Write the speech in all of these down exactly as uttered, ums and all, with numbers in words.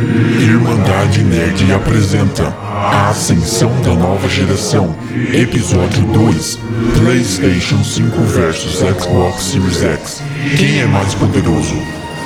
Irmandade Nerd apresenta A Ascensão da Nova Geração, Episódio dois, PlayStation cinco versus Xbox Series X. Quem é mais poderoso?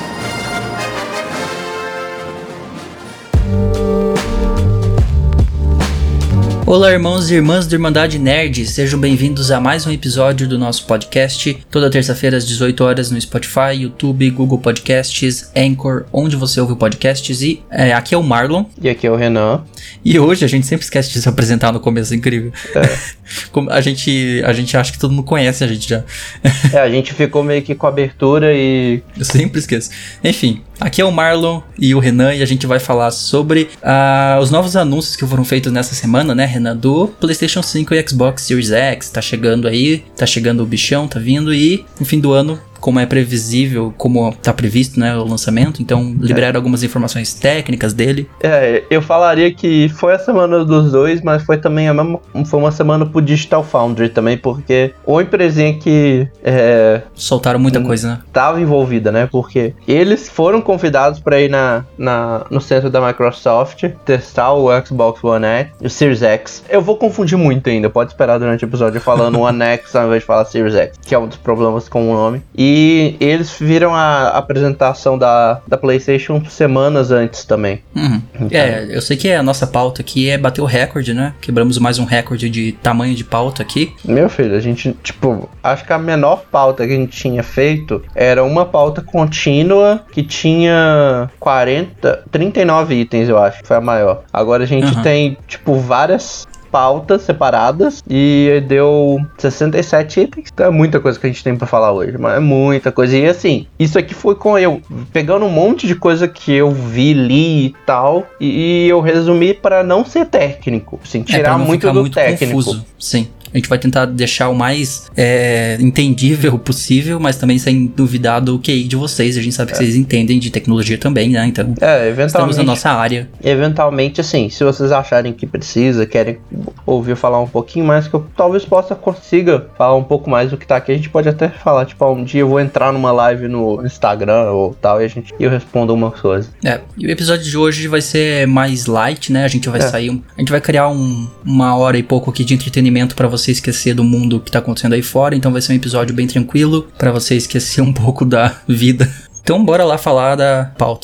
Olá, irmãos e irmãs do Irmandade Nerd, sejam bem-vindos a mais um episódio do nosso podcast, toda terça-feira às dezoito horas no Spotify, YouTube, Google Podcasts, Anchor, onde você ouve podcasts. E é, aqui é o Marlon. E aqui é o Renan. E hoje a gente sempre esquece de se apresentar no começo, é incrível. É. Como a, gente, a gente acha que todo mundo conhece a gente já. É, a gente ficou meio que com a abertura e... Eu sempre esqueço. Enfim, aqui é o Marlon e o Renan e a gente vai falar sobre uh, os novos anúncios que foram feitos nessa semana, né, Renan? Do PlayStation cinco e Xbox Series X. Tá chegando aí, tá chegando o bichão, tá vindo e no fim do ano, como é previsível, como tá previsto, né, o lançamento, então liberaram é. algumas informações técnicas dele. É, eu falaria que foi a semana dos dois, mas foi também a mesma, foi uma semana pro Digital Foundry também, porque uma empresinha que é, soltaram muita coisa, né? Tava envolvida, né, porque eles foram convidados para ir na, na, no centro da Microsoft testar o Xbox One X e o Series X. Eu vou confundir muito ainda, pode esperar durante o episódio falando One X ao invés de falar Series X, que é um dos problemas com o nome. E E eles viram a apresentação da, da PlayStation semanas antes também. Uhum. Então. É, eu sei que a nossa pauta aqui é bater o recorde, né? Quebramos mais um recorde de tamanho de pauta aqui. Meu filho, a gente, tipo, acho que a menor pauta que a gente tinha feito era uma pauta contínua que tinha quarenta, trinta e nove itens, eu acho, que foi a maior. Agora a gente uhum. tem, tipo, várias pautas separadas e deu sessenta e sete itens. Então é muita coisa que a gente tem pra falar hoje, mas é muita coisa. E assim, isso aqui foi com eu pegando um monte de coisa que eu vi, li e tal, e, e eu resumi pra não ser técnico, assim, tirar é, muito do muito técnico. Confuso. Sim. A gente vai tentar deixar o mais é, entendível possível, mas também sem duvidar do Q I de vocês. A gente sabe é. que vocês entendem de tecnologia também, né? Então, é, eventualmente, estamos na nossa área. Eventualmente, assim, se vocês acharem que precisa, querem ouvir falar um pouquinho mais, que eu talvez possa consiga falar um pouco mais do que tá aqui, a gente pode até falar, tipo, um dia eu vou entrar numa live no Instagram ou tal, e a gente, eu respondo umas coisas. É, e o episódio de hoje vai ser mais light, né? A gente vai é. sair, um, a gente vai criar um, uma hora e pouco aqui de entretenimento pra vocês. Você esquecer do mundo que tá acontecendo aí fora, então vai ser um episódio bem tranquilo pra você esquecer um pouco da vida. Então bora lá falar da pauta.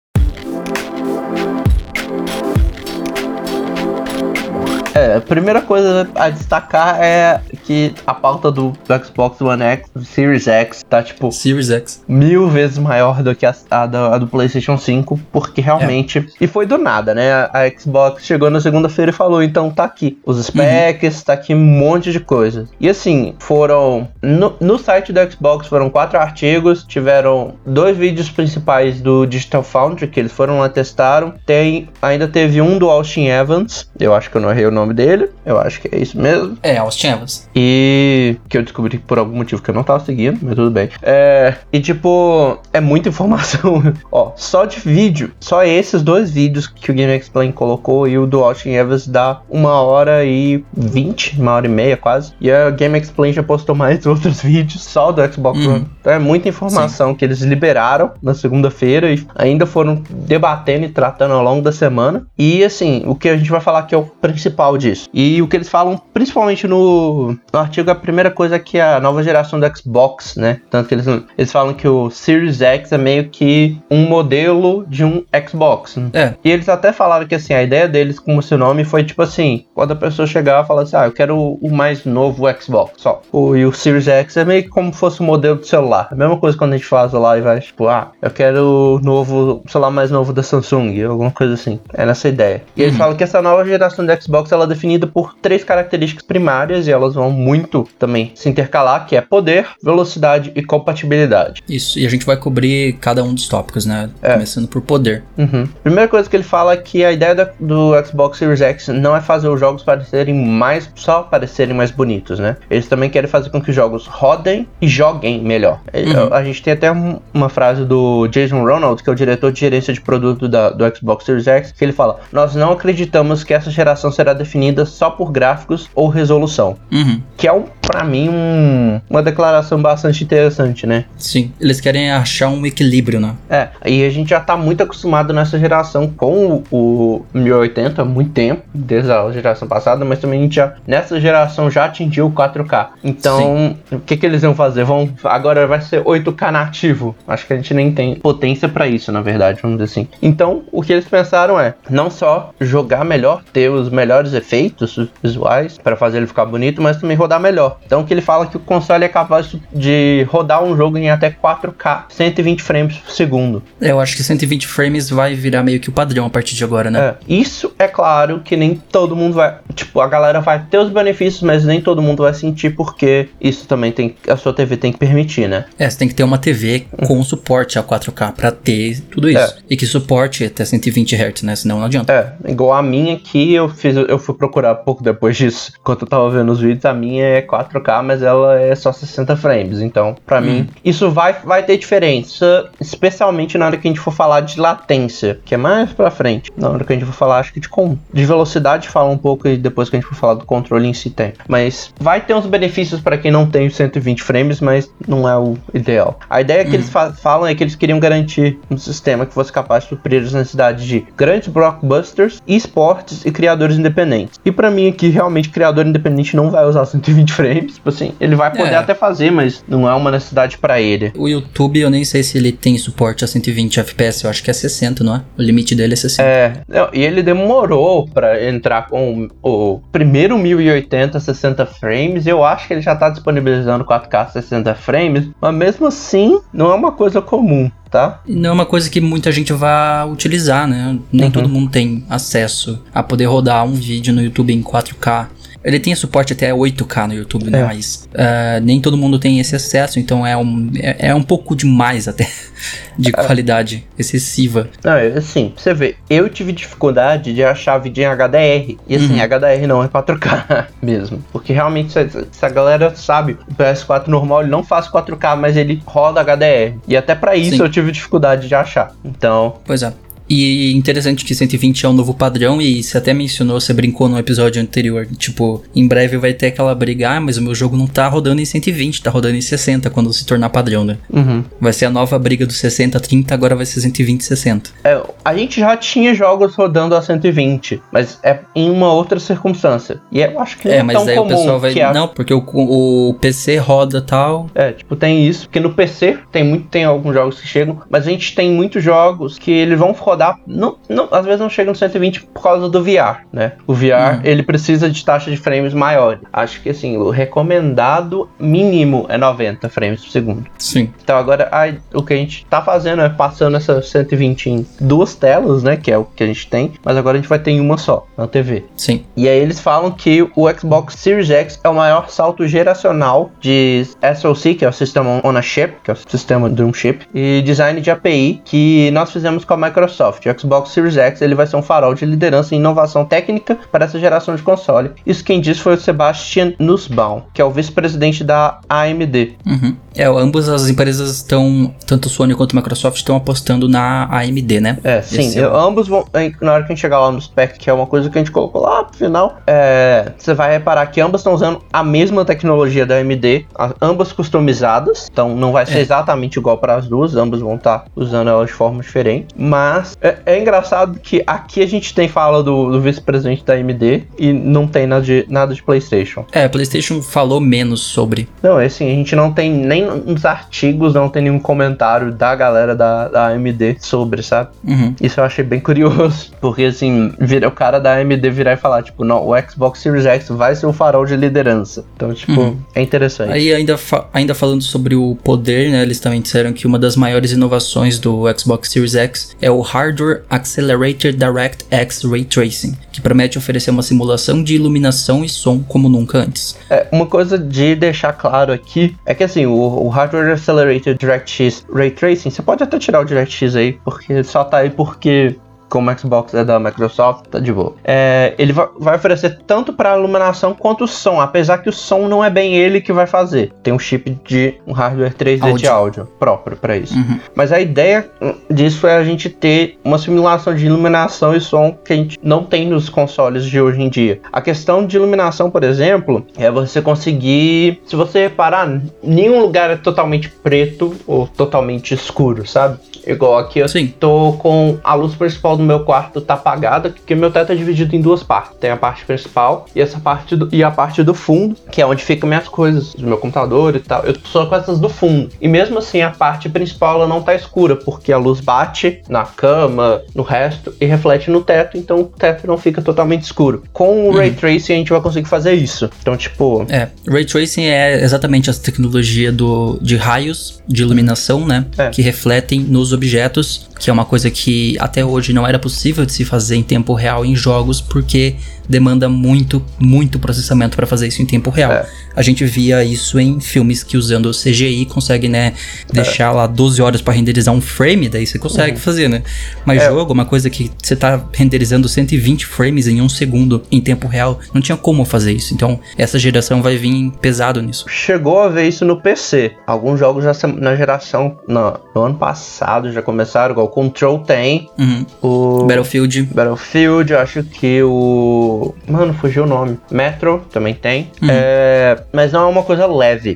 É, a primeira coisa a destacar é que a pauta do, do Xbox One X, do Series X, tá tipo Series X mil vezes maior do que a, a, do, a do PlayStation cinco, porque realmente, é. e foi do nada, né, a, a Xbox chegou na segunda-feira e falou, então tá aqui os specs, uhum. tá aqui um monte de coisa. E assim, foram, no, no site do Xbox foram quatro artigos, tiveram dois vídeos principais do Digital Foundry, que eles foram lá, testaram, tem, ainda teve um do Austin Evans, eu acho que eu não errei o nome dele, eu acho que é isso mesmo. É, Austin Evans. E que eu descobri por algum motivo que eu não tava seguindo, mas tudo bem. É, e tipo, é muita informação. Ó, só de vídeo, só esses dois vídeos que o GameXplain colocou e o do Austin Evans dá uma hora e vinte, uma hora e meia quase. E a GameXplain já postou mais outros vídeos só do Xbox uhum. One. Então é muita informação Sim. que eles liberaram na segunda-feira e ainda foram debatendo e tratando ao longo da semana. E assim, o que a gente vai falar aqui é o principal disso. E o que eles falam, principalmente no, no artigo, a primeira coisa é que a nova geração do Xbox, né? Tanto que eles, eles falam que o Series X é meio que um modelo de um Xbox. Né? É. E eles até falaram que assim, a ideia deles com o seu nome foi tipo assim, quando a pessoa chegar e falar assim, ah, eu quero o, o mais novo Xbox, só. O, e o Series X é meio que como se fosse um modelo de celular. A mesma coisa quando a gente faz lá e vai, tipo, ah, eu quero o novo, o celular mais novo da Samsung, alguma coisa assim. É nessa ideia. E uhum. eles falam que essa nova geração do Xbox, ela é definida por três características primárias e elas vão muito também se intercalar, que é poder, velocidade e compatibilidade. Isso, e a gente vai cobrir cada um dos tópicos, né? É. Começando por poder. Uhum. Primeira coisa que ele fala é que a ideia da, do Xbox Series X não é fazer os jogos parecerem mais, só parecerem mais bonitos, né? Eles também querem fazer com que os jogos rodem e joguem melhor. Uhum. A gente tem até um, uma frase do Jason Ronald, que é o diretor de gerência de produto da, do Xbox Series X, que ele fala, nós não acreditamos que essa geração será definida só por gráficos ou resolução. Uhum. Que é, um, pra mim, um, uma declaração bastante interessante, né? Sim, eles querem achar um equilíbrio, né? É, e a gente já tá muito acostumado nessa geração com o, o mil e oitenta há muito tempo, desde a geração passada, mas também a gente já, nessa geração, já atingiu o quatro K. Então, Sim. o que que eles vão fazer? Vão, agora vai ser oito K nativo. Acho que a gente nem tem potência pra isso, na verdade, vamos dizer assim. Então, o que eles pensaram é, não só jogar melhor, ter os melhores efeitos visuais para fazer ele ficar bonito, mas também rodar melhor. Então, que ele fala que o console é capaz de rodar um jogo em até quatro K, cento e vinte frames por segundo. Eu acho que cento e vinte frames vai virar meio que o padrão a partir de agora, né? É. Isso é claro que nem todo mundo vai... Tipo, a galera vai ter os benefícios, mas nem todo mundo vai sentir, porque isso também tem... A sua T V tem que permitir, né? É, você tem que ter uma T V com suporte a quatro K pra ter tudo isso. É. E que suporte até cento e vinte hertz, né? Senão não adianta. É, igual a minha aqui, eu fiz, eu fui procurar pouco depois disso. Enquanto eu tava vendo os vídeos, a minha é quatro K, mas ela é só sessenta frames. Então, pra hum. mim, isso vai, vai ter diferença, especialmente na hora que a gente for falar de latência, que é mais pra frente. Na hora que a gente for falar, acho que de, de velocidade fala um pouco, e depois que a gente for falar do controle em si tem. Mas vai ter uns benefícios pra quem não tem os cento e vinte frames, mas não é o ideal. A ideia que hum. eles fa- falam é que eles queriam garantir um sistema que fosse capaz de suprir as necessidades de grandes blockbusters, esportes e criadores independentes. E pra mim aqui, realmente, criador independente não vai usar cento e vinte frames. Tipo assim, ele vai poder é. até fazer, mas não é uma necessidade pra ele. O YouTube, eu nem sei se ele tem suporte a cento e vinte F P S, eu acho que é sessenta, não é? O limite dele é sessenta. É, não, e ele demorou pra entrar com o primeiro mil e oitenta sessenta frames. Eu acho que ele já tá disponibilizando quatro K sessenta frames, mas mesmo assim, não é uma coisa comum. Tá? Não é uma coisa que muita gente vai utilizar, né? Nem uhum. todo mundo tem acesso a poder rodar um vídeo no YouTube em quatro K. Ele tem suporte até oito K no YouTube, né? É. Mas uh, nem todo mundo tem esse acesso, então é um, é, é um pouco demais até de é. qualidade excessiva. Não, assim, pra você ver, eu tive dificuldade de achar vídeo em H D R. E assim, uhum. H D R não é quatro K mesmo. Porque realmente, se, se a galera sabe, o P S quatro normal ele não faz quatro K, mas ele roda H D R. E até pra isso Sim. eu tive dificuldade de achar. Então... Pois é. E interessante que cento e vinte é um novo padrão, e você até mencionou, você brincou no episódio anterior, tipo, em breve vai ter aquela briga, ah, mas o meu jogo não tá rodando em cento e vinte, tá rodando em sessenta quando se tornar padrão, né? Uhum. Vai ser a nova briga do sessenta trinta, agora vai ser cento e vinte sessenta. É, a gente já tinha jogos rodando a cento e vinte, mas é em uma outra circunstância. E eu acho que não é, é mas tão aí comum. O pessoal vai... A... Não, porque o, o P C roda tal... É, tipo, tem isso, porque no P C tem, muito, tem alguns jogos que chegam, mas a gente tem muitos jogos que eles vão rodar... Não, não, às vezes não chega no cento e vinte por causa do V R, né? O V R, uhum. ele precisa de taxa de frames maior. Acho que, assim, o recomendado mínimo é noventa frames por segundo. Sim. Então, agora, a, o que a gente tá fazendo é passando essa cento e vinte em duas telas, né? Que é o que a gente tem. Mas agora a gente vai ter em uma só, na T V. Sim. E aí eles falam que o Xbox Series X é o maior salto geracional de S O C, que é o System on a Chip, que é o sistema de um chip, e design de A P I, que nós fizemos com a Microsoft. O Xbox Series X, ele vai ser um farol de liderança e inovação técnica para essa geração de console. Isso quem disse foi o Sebastian Nussbaum, que é o vice-presidente da A M D. Uhum. É, ambas as empresas estão, tanto Sony quanto Microsoft, estão apostando na A M D, né? É, sim. Eu, ambos vão, na hora que a gente chegar lá no spec, que é uma coisa que a gente colocou lá pro final, é, você vai reparar que ambas estão usando a mesma tecnologia da A M D, a, ambas customizadas, então não vai ser é. exatamente igual para as duas, ambas vão estar tá usando elas de forma diferente, mas é, é engraçado que aqui a gente tem fala do, do vice-presidente da A M D e não tem nada de, nada de PlayStation. É, a PlayStation falou menos sobre. Não, é assim, a gente não tem nem nos artigos, não tem nenhum comentário da galera da, da A M D sobre, sabe? Uhum. Isso eu achei bem curioso, porque assim, vira, o cara da A M D virar e falar, tipo, não, o Xbox Series X vai ser o farol de liderança. Então, tipo, uhum. é interessante. Aí ainda, fa- ainda falando sobre o poder, né, eles também disseram que uma das maiores inovações do Xbox Series X é o Hardware Accelerated DirectX Ray Tracing, que promete oferecer uma simulação de iluminação e som como nunca antes. É, uma coisa de deixar claro aqui é que assim, o, o Hardware Accelerated DirectX Ray Tracing, você pode até tirar o DirectX aí, porque só tá aí porque como o Xbox é da Microsoft, tá de boa. É, ele vai, vai oferecer tanto para iluminação quanto o som, apesar que o som não é bem ele que vai fazer. Tem um chip de um hardware três D áudio. de áudio próprio para isso. Uhum. Mas a ideia disso é a gente ter uma simulação de iluminação e som que a gente não tem nos consoles de hoje em dia. A questão de iluminação, por exemplo, é você conseguir, se você reparar, nenhum lugar é totalmente preto ou totalmente escuro, sabe? Igual aqui eu Sim. tô com a luz principal do meu quarto tá apagada, porque meu teto é dividido em duas partes. Tem a parte principal e essa parte do, e a parte do fundo, que é onde ficam minhas coisas, do meu computador e tal. Eu tô só com essas do fundo. E mesmo assim a parte principal ela não tá escura, porque a luz bate na cama, no resto e reflete no teto, então o teto não fica totalmente escuro. Com o uhum. Ray Tracing a gente vai conseguir fazer isso. Então, tipo... É, Ray Tracing é exatamente essa tecnologia do, de raios de iluminação, né? É. Que refletem nos objetos, que é uma coisa que até hoje não era possível de se fazer em tempo real em jogos, porque demanda muito, muito processamento para fazer isso em tempo real. É. A gente via isso em filmes que usando o C G I consegue, né, deixar é. lá doze horas para renderizar um frame, daí você consegue uhum. fazer, né? Mas é. jogo, uma coisa que você tá renderizando cento e vinte frames em um segundo em tempo real, não tinha como fazer isso. Então, essa geração vai vir pesado nisso. Chegou a ver isso no P C. Alguns jogos já na geração, no, no ano passado já começaram, igual o Control tem. Uhum. O Battlefield. Battlefield, eu acho que o... Mano, fugiu o nome. Metro também tem. Uhum. É... Mas não é uma coisa leve.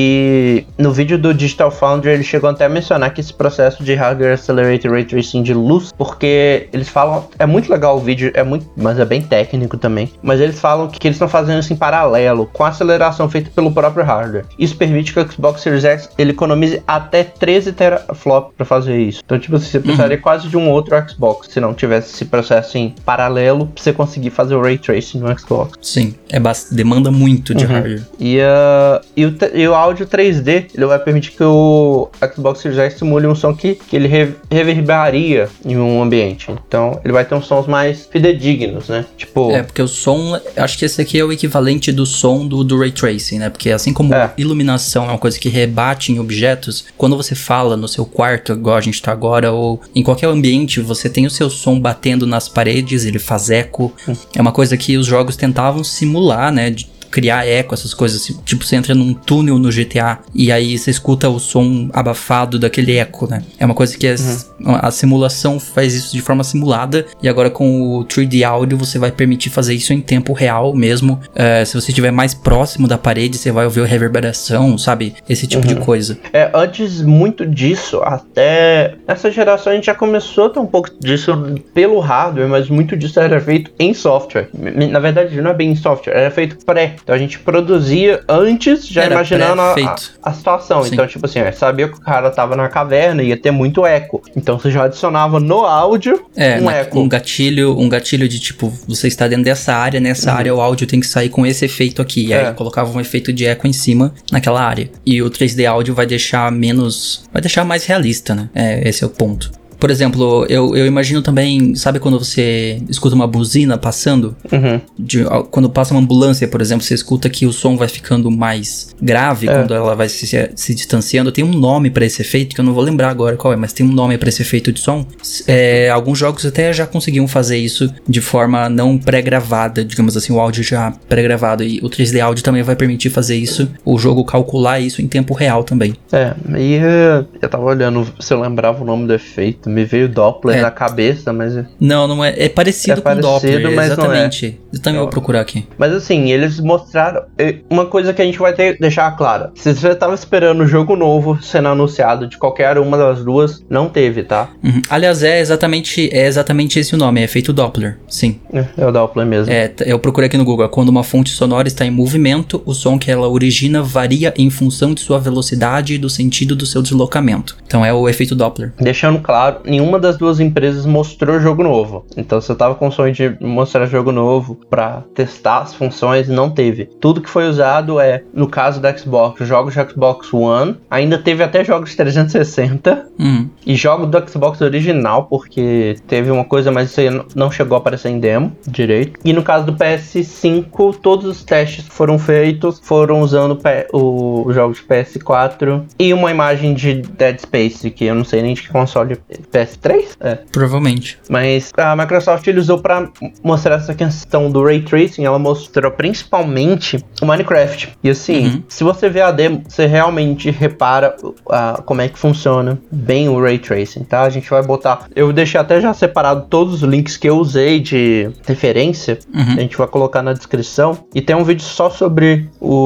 E no vídeo do Digital Foundry ele chegou até a mencionar que esse processo de Hardware Accelerated Ray Tracing de luz, porque eles falam... É muito legal o vídeo, é muito, mas é bem técnico também. Mas eles falam que, que eles estão fazendo isso em paralelo, com a aceleração feita pelo próprio hardware. Isso permite que o Xbox Series X ele economize até treze teraflops para fazer isso. Então, tipo, você precisaria uhum. quase de um outro Xbox se não tivesse esse processo em paralelo pra você conseguir fazer o Ray Tracing no Xbox. Sim, é bast- demanda muito de uhum. hardware. E, uh, e, o te- e o áudio três D, ele vai permitir que o Xbox Series X simule um som que, que ele re- reverberaria em um ambiente. Então, ele vai ter uns sons mais fidedignos, né? Tipo... É, porque o som, acho que esse aqui é o equivalente do som do, do Ray Tracing, né? Porque assim como é. iluminação é uma coisa que rebate em objetos, quando você fala no seu quarto, igual a gente tá agora, ou em qualquer ambiente, você tem o seu som batendo nas paredes, ele faz eco. Hum. É uma coisa que os jogos tentavam simular, né? De criar eco, essas coisas. Tipo, você entra num túnel no G T A e aí você escuta o som abafado daquele eco, né? É uma coisa que as, uhum. a simulação faz isso de forma simulada, e agora com o três D áudio você vai permitir fazer isso em tempo real mesmo. É, se você estiver mais próximo da parede, você vai ouvir a reverberação, sabe? Esse tipo uhum. de coisa. É, antes muito disso, até essa geração a gente já começou a ter um pouco disso pelo hardware, mas muito disso era feito em software. Na verdade, não é bem em software, era feito pré. Então a gente produzia antes, já Era imaginando a, a, a situação. Sim. Então, tipo assim, eu sabia que o cara tava na caverna e ia ter muito eco. Então você já adicionava no áudio é, um na, eco. Um gatilho, um gatilho de tipo, você está dentro dessa área, nessa uhum. área o áudio tem que sair com esse efeito aqui. E é. aí colocava um efeito de eco em cima naquela área. E o três D áudio vai deixar menos... Vai deixar mais realista, né? É, esse é o ponto. Por exemplo, eu, eu imagino também, sabe quando você escuta uma buzina passando? Uhum. De, quando passa uma ambulância, por exemplo, você escuta que o som vai ficando mais grave é. quando ela vai se, se distanciando. Tem um nome pra esse efeito, que eu não vou lembrar agora qual é, mas tem um nome pra esse efeito de som. É, alguns jogos até já conseguiam fazer isso de forma não pré-gravada, digamos assim, o áudio já pré-gravado. E o três D áudio também vai permitir fazer isso, o jogo calcular isso em tempo real também. É, e uh, eu tava olhando se eu lembrava o nome do efeito. Me veio Doppler é. na cabeça, mas... Não, não é. É parecido é com o Doppler, mas exatamente. Não é. Eu também vou procurar aqui. Mas assim, eles mostraram... Uma coisa que a gente vai ter que deixar clara. Se você tava esperando um jogo novo sendo anunciado de qualquer uma das duas, não teve, tá? Uhum. Aliás, é exatamente, é exatamente esse o nome. É efeito Doppler, sim. É, é o Doppler mesmo. É, eu procurei aqui no Google. Quando uma fonte sonora está em movimento, o som que ela origina varia em função de sua velocidade e do sentido do seu deslocamento. Então é o efeito Doppler. Deixando claro, nenhuma das duas empresas mostrou jogo novo. Então, se eu tava com sonho de mostrar jogo novo pra testar as funções, não teve. Tudo que foi usado é, no caso da Xbox, jogos de Xbox One, ainda teve até jogos de trezentos e sessenta uhum. e jogos do Xbox original, porque teve uma coisa, mas isso aí não chegou a aparecer em demo direito. E no caso do P S cinco, todos os testes que foram feitos foram usando o, o jogo de P S quatro e uma imagem de Dead Space, que eu não sei nem de que console P S três? É. Provavelmente. Mas a Microsoft ele usou pra mostrar essa questão do Ray Tracing, ela mostrou principalmente o Minecraft. E assim, uhum. se você vê a demo, você realmente repara uh, como é que funciona bem o Ray Tracing, tá? A gente vai botar... Eu deixei até já separado todos os links que eu usei de referência. Uhum. A gente vai colocar na descrição. E tem um vídeo só sobre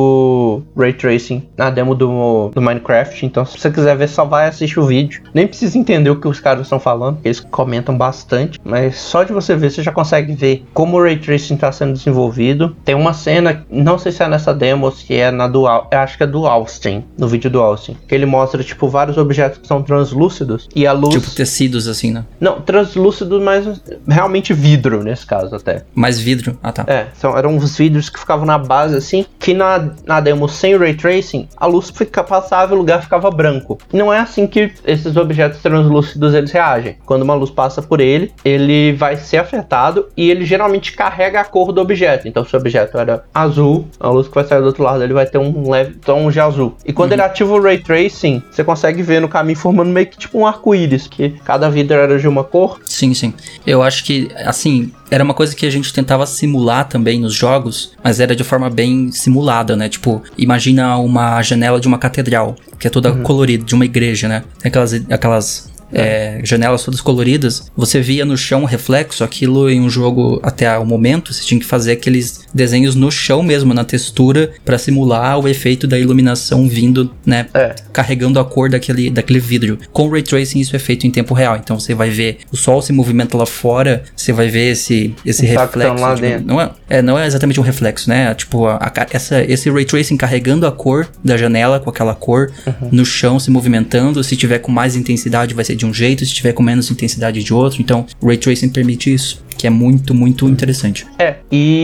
o Ray Tracing na demo do, do Minecraft. Então, se você quiser ver, só vai assistir o vídeo. Nem precisa entender o que os caras estão falando, porque eles comentam bastante. Mas só de você ver, você já consegue ver como o Ray Tracing está sendo desenvolvido. Tem uma cena, não sei se é nessa demo ou se é na do... Eu acho que é do Austin, no vídeo do Austin. Que ele mostra, tipo, vários objetos que são translúcidos e a luz... Tipo tecidos, assim, né? Não, translúcido, mas realmente vidro, nesse caso, até. Mais vidro? Ah, tá. É, são, eram uns vidros que ficavam na base, assim, que na, na demo sem Ray Tracing, a luz fica, passava e o lugar ficava branco. E não é assim que esses objetos translúcidos, eles reagem. Quando uma luz passa por ele, ele vai ser afetado e ele geralmente carrega a cor do objeto. Então, se o objeto era azul, a luz que vai sair do outro lado, ele vai ter um leve tom de azul. E quando uhum. ele ativa o Ray Tracing, você consegue ver no caminho formando meio que tipo um arco-íris, que cada vidro era de uma cor. Sim, sim. Eu acho que, assim, era uma coisa que a gente tentava simular também nos jogos, mas era de forma bem simulada, né? Tipo, imagina uma janela de uma catedral, que é toda uhum. colorida, de uma igreja, né? Tem aquelas... aquelas É, janelas todas coloridas, você via no chão um reflexo, aquilo em um jogo até o momento, você tinha que fazer aqueles desenhos no chão mesmo, na textura, pra simular o efeito da iluminação vindo, né, é. carregando a cor daquele, daquele vidro. Com o Ray Tracing isso é feito em tempo real, então você vai ver o sol se movimenta lá fora, você vai ver esse, esse reflexo, lá tipo, dentro. Não, é, é, não é exatamente um reflexo, né, tipo, a, a, essa, esse Ray Tracing carregando a cor da janela com aquela cor uhum. no chão se movimentando, se tiver com mais intensidade vai ser de um jeito, se tiver com menos intensidade de outro. Então, o Ray Tracing permite isso, que é muito, muito interessante. É,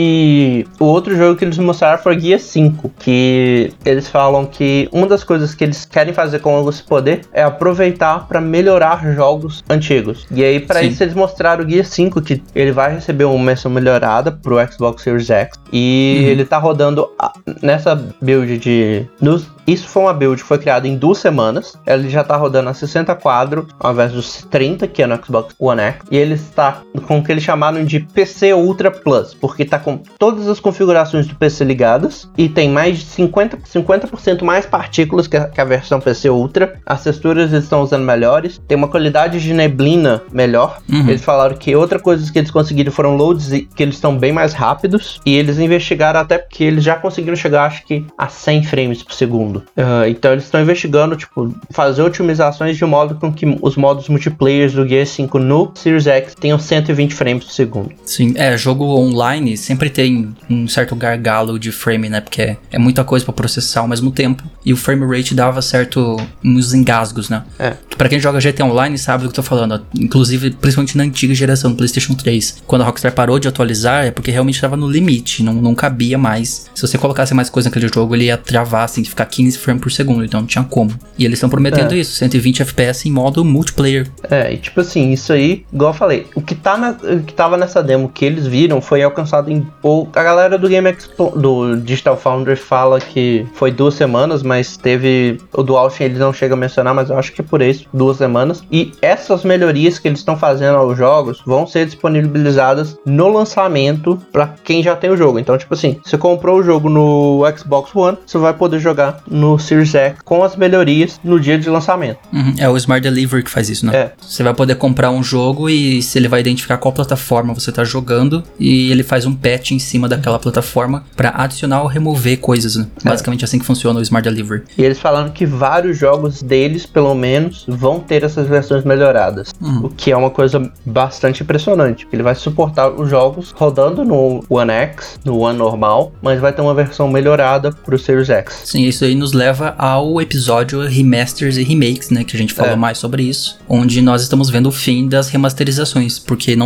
e o outro jogo que eles mostraram foi o Gears cinco, que eles falam que uma das coisas que eles querem fazer com esse poder é aproveitar para melhorar jogos antigos. E aí, para isso, eles mostraram o Gears cinco, que ele vai receber uma versão melhorada pro Xbox Series X, e uhum. ele tá rodando a, nessa build de... Nos, isso foi uma build que foi criada em duas semanas, ele já tá rodando a sessenta quadros, ao invés dos trinta, que é no Xbox One X, e ele está com o que eles chamaram de P C Ultra Plus, porque tá com todas as configurações do P C ligadas, e tem mais de cinquenta por cento mais partículas que a, que a versão P C Ultra, as texturas eles estão usando melhores, tem uma qualidade de neblina melhor, uhum. eles falaram que outra coisa que eles conseguiram foram loads que eles estão bem mais rápidos, e eles investigaram até porque eles já conseguiram chegar, acho que, a cem frames por segundo. Uh, então eles estão investigando, tipo, fazer otimizações de modo com que os modos multiplayers do Gears cinco no Series X tenham cento e vinte frames por segundo. Sim, é, jogo online sempre tem um certo gargalo de frame, né, porque é, é muita coisa pra processar ao mesmo tempo, e o frame rate dava certo, uns engasgos, né. É. Pra quem joga G T A Online sabe do que eu tô falando, inclusive, principalmente na antiga geração do PlayStation três, quando a Rockstar parou de atualizar, é porque realmente tava no limite, não, não cabia mais. Se você colocasse mais coisa naquele jogo, ele ia travar, assim, ficar quinze frames por segundo, então não tinha como. E eles estão prometendo é. isso, cento e vinte F P S em modo multiplayer. É, e tipo assim, isso aí, igual eu falei, o que, tá na, o que tava nessa demo que eles viram foi alcançado em... Ou, a galera do Game Expo, do Digital Foundry fala que foi duas semanas, mas teve... O do Austin eles não chegam a mencionar, mas eu acho que é por isso, duas semanas. E essas melhorias que eles estão fazendo aos jogos vão ser disponibilizadas no lançamento pra quem já tem o jogo. Então, tipo assim, você comprou o jogo no Xbox One, você vai poder jogar no Series X com as melhorias no dia de lançamento. Uhum, é o Smart Delivery que faz isso, né? É. Você vai poder comprar um jogo e se ele vai identificar qual plataforma você tá jogando e ele faz um patch em cima daquela plataforma pra adicionar ou remover coisas, né? É. Basicamente assim que funciona o Smart Delivery. E eles falaram que vários jogos deles, pelo menos, vão ter essas versões melhoradas. Uhum. O que é uma coisa bastante impressionante. Ele vai suportar os jogos rodando no One X, no One normal, mas vai ter uma versão melhorada pro Series X. Sim, isso aí nos leva ao episódio Remasters e Remakes, né? Que a gente falou é. mais sobre isso. Onde nós estamos vendo o fim das remasterizações, porque não tem mais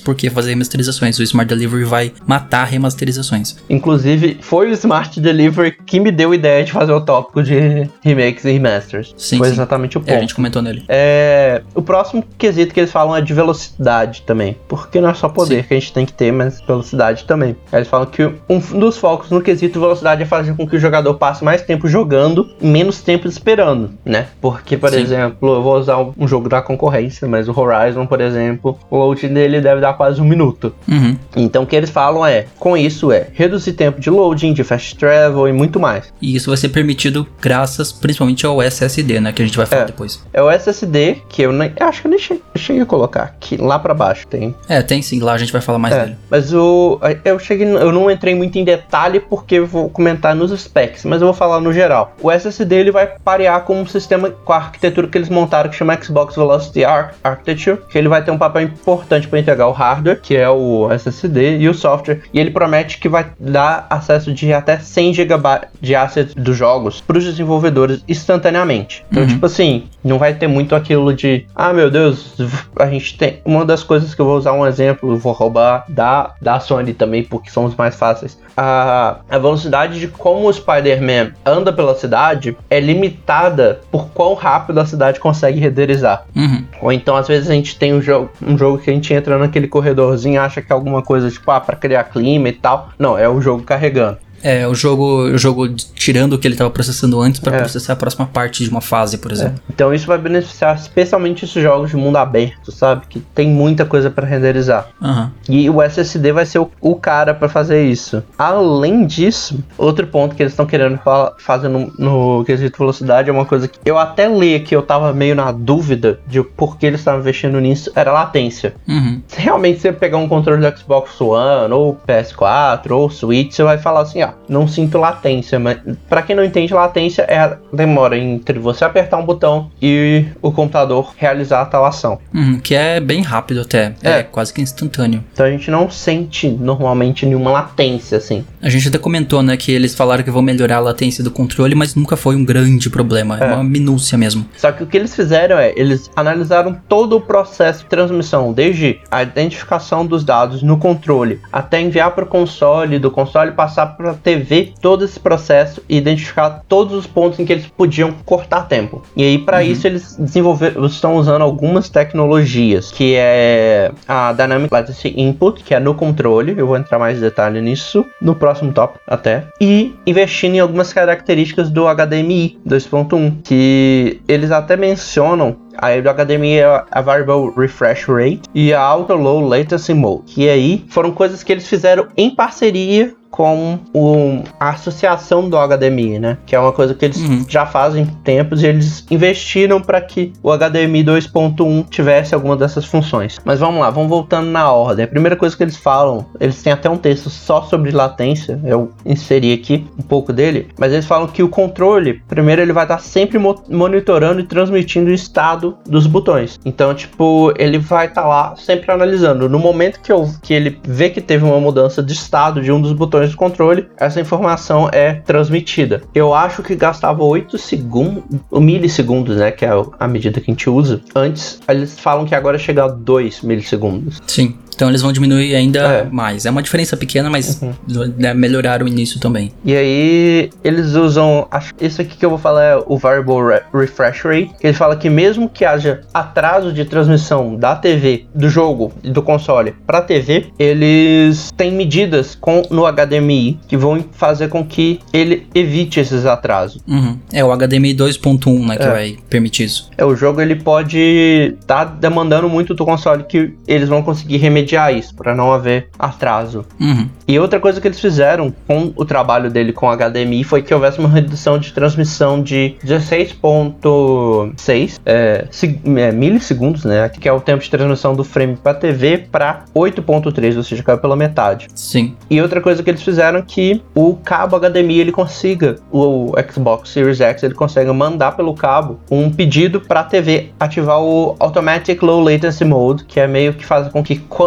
por que fazer remasterizações. O Smart Delivery vai matar remasterizações. Inclusive, foi o Smart Delivery que me deu a ideia de fazer o tópico de remakes e remasters. Sim, foi sim. exatamente o ponto. É, a gente comentou nele. É, o próximo quesito que eles falam é de velocidade também. Porque não é só poder Sim. que a gente tem que ter, mas velocidade também. Eles falam que um dos focos no quesito velocidade é fazer com que o jogador passe mais tempo jogando e menos tempo esperando, né? Porque, por Sim. exemplo, eu vou usar um jogo da concorrência, mas o Horizon, por exemplo, o loading dele deve dar quase um minuto. Uhum. Então o que eles falam é, com isso é reduzir tempo de loading, de fast travel e muito mais. E isso vai ser permitido graças principalmente ao S S D, né? Que a gente vai falar É. depois. É o S S D, que eu, nem, eu acho que eu nem cheguei, eu cheguei a colocar aqui, lá pra baixo tem. É, tem sim, lá a gente vai falar mais É, dele. mas o, eu cheguei, eu não entrei muito em detalhe porque eu vou comentar nos specs, mas eu vou falar no geral. O S S D ele vai parear com um sistema, com a arquitetura que eles montaram que chama Xbox Velocity Ar- Architecture, que ele vai ter um papel importante para integrar o hardware, que é o S S D, e o software, e ele promete que vai dar acesso de até cem gigabytes de assets dos jogos para os desenvolvedores instantaneamente. Então, Uhum. tipo assim, não vai ter muito aquilo de, ah, meu Deus, a gente tem... Uma das coisas que eu vou usar um exemplo, vou roubar da, da Sony também, porque são os mais fáceis. A, a velocidade de como o Spider-Man anda pela cidade é limitada por quão rápido a cidade consegue renderizar. Uhum. Ou então, às vezes, a gente tem um jogo, um jogo que a gente entra naquele corredorzinho e acha que é alguma coisa, tipo, ah, pra criar clima e tal. Não, é o jogo carregando. É, o jogo, o jogo tirando o que ele estava processando antes para É. processar a próxima parte de uma fase, por exemplo. É. Então isso vai beneficiar especialmente esses jogos de mundo aberto, sabe? Que tem muita coisa para renderizar. Aham. E o S S D vai ser o, o cara para fazer isso. Além disso, outro ponto que eles estão querendo fa- fazer no, no quesito velocidade é uma coisa que eu até li que eu tava meio na dúvida de por que eles estavam investindo nisso, era latência. Uhum. Se realmente você pegar um controle do Xbox One, ou P S quatro, ou Switch, você vai falar assim, ah, não sinto latência, mas pra quem não entende, latência é a demora entre você apertar um botão e o computador realizar tal ação. Uhum, que é bem rápido até, é. É. quase que instantâneo. Então a gente não sente normalmente nenhuma latência, assim. A gente até comentou, né, que eles falaram que vão melhorar a latência do controle, mas nunca foi um grande problema, é, É. uma minúcia mesmo. Só que o que eles fizeram é, eles analisaram todo o processo de transmissão, desde a identificação dos dados no controle, até enviar para o console, do console passar para a T V, todo esse processo e identificar todos os pontos em que eles podiam cortar tempo. E aí, para Uhum. isso, eles desenvolveram, estão usando algumas tecnologias, que é a Dynamic Latency Input, que é no controle, eu vou entrar mais em detalhe nisso no próximo tópico até, e investindo em algumas características do H D M I dois ponto um, que eles até mencionam. Aí do H D M I é a Variable Refresh Rate e a Auto Low Latency Mode, que aí foram coisas que eles fizeram em parceria com o, a associação do H D M I, né? Que é uma coisa que eles Uhum. já fazem tempos e eles investiram para que o H D M I dois ponto um tivesse alguma dessas funções. Mas vamos lá, vamos voltando na ordem. A primeira coisa que eles falam, eles têm até um texto só sobre latência, eu inseri aqui um pouco dele, mas eles falam que o controle, primeiro ele vai estar sempre mo- monitorando e transmitindo o estado dos botões. Então, tipo, ele vai estar lá sempre analisando. No momento que, eu, que ele vê que teve uma mudança de estado de um dos botões do controle, essa informação é transmitida. Eu acho que gastava oito segundos, milissegundos, né, que é a medida que a gente usa. Antes, eles falam que agora chega a dois milissegundos. Sim, então eles vão diminuir ainda É. mais. É uma diferença pequena, mas Uhum. né, melhoraram o início também. E aí, eles usam, acho que isso aqui que eu vou falar é o Variable Re- Refresh Rate, que ele fala que mesmo que haja atraso de transmissão da T V, do jogo e do console para a T V, eles têm medidas com, no H D M I que vão fazer com que ele evite esses atrasos. Uhum. É o H D M I dois ponto um, né, que É. vai permitir isso. É, o jogo ele pode estar tá demandando muito do console que eles vão conseguir remediar isso, para não haver atraso. Uhum. E outra coisa que eles fizeram com o trabalho dele com H D M I foi que houvesse uma redução de transmissão de dezesseis ponto seis é, se- é, milissegundos, né? Que é o tempo de transmissão do frame para T V para oito ponto três, ou seja, caiu pela metade. Sim. E outra coisa que eles fizeram é que o cabo H D M I ele consiga, o Xbox Series X ele consegue mandar pelo cabo um pedido para a T V ativar o Automatic Low Latency Mode, que é meio que faz com que quando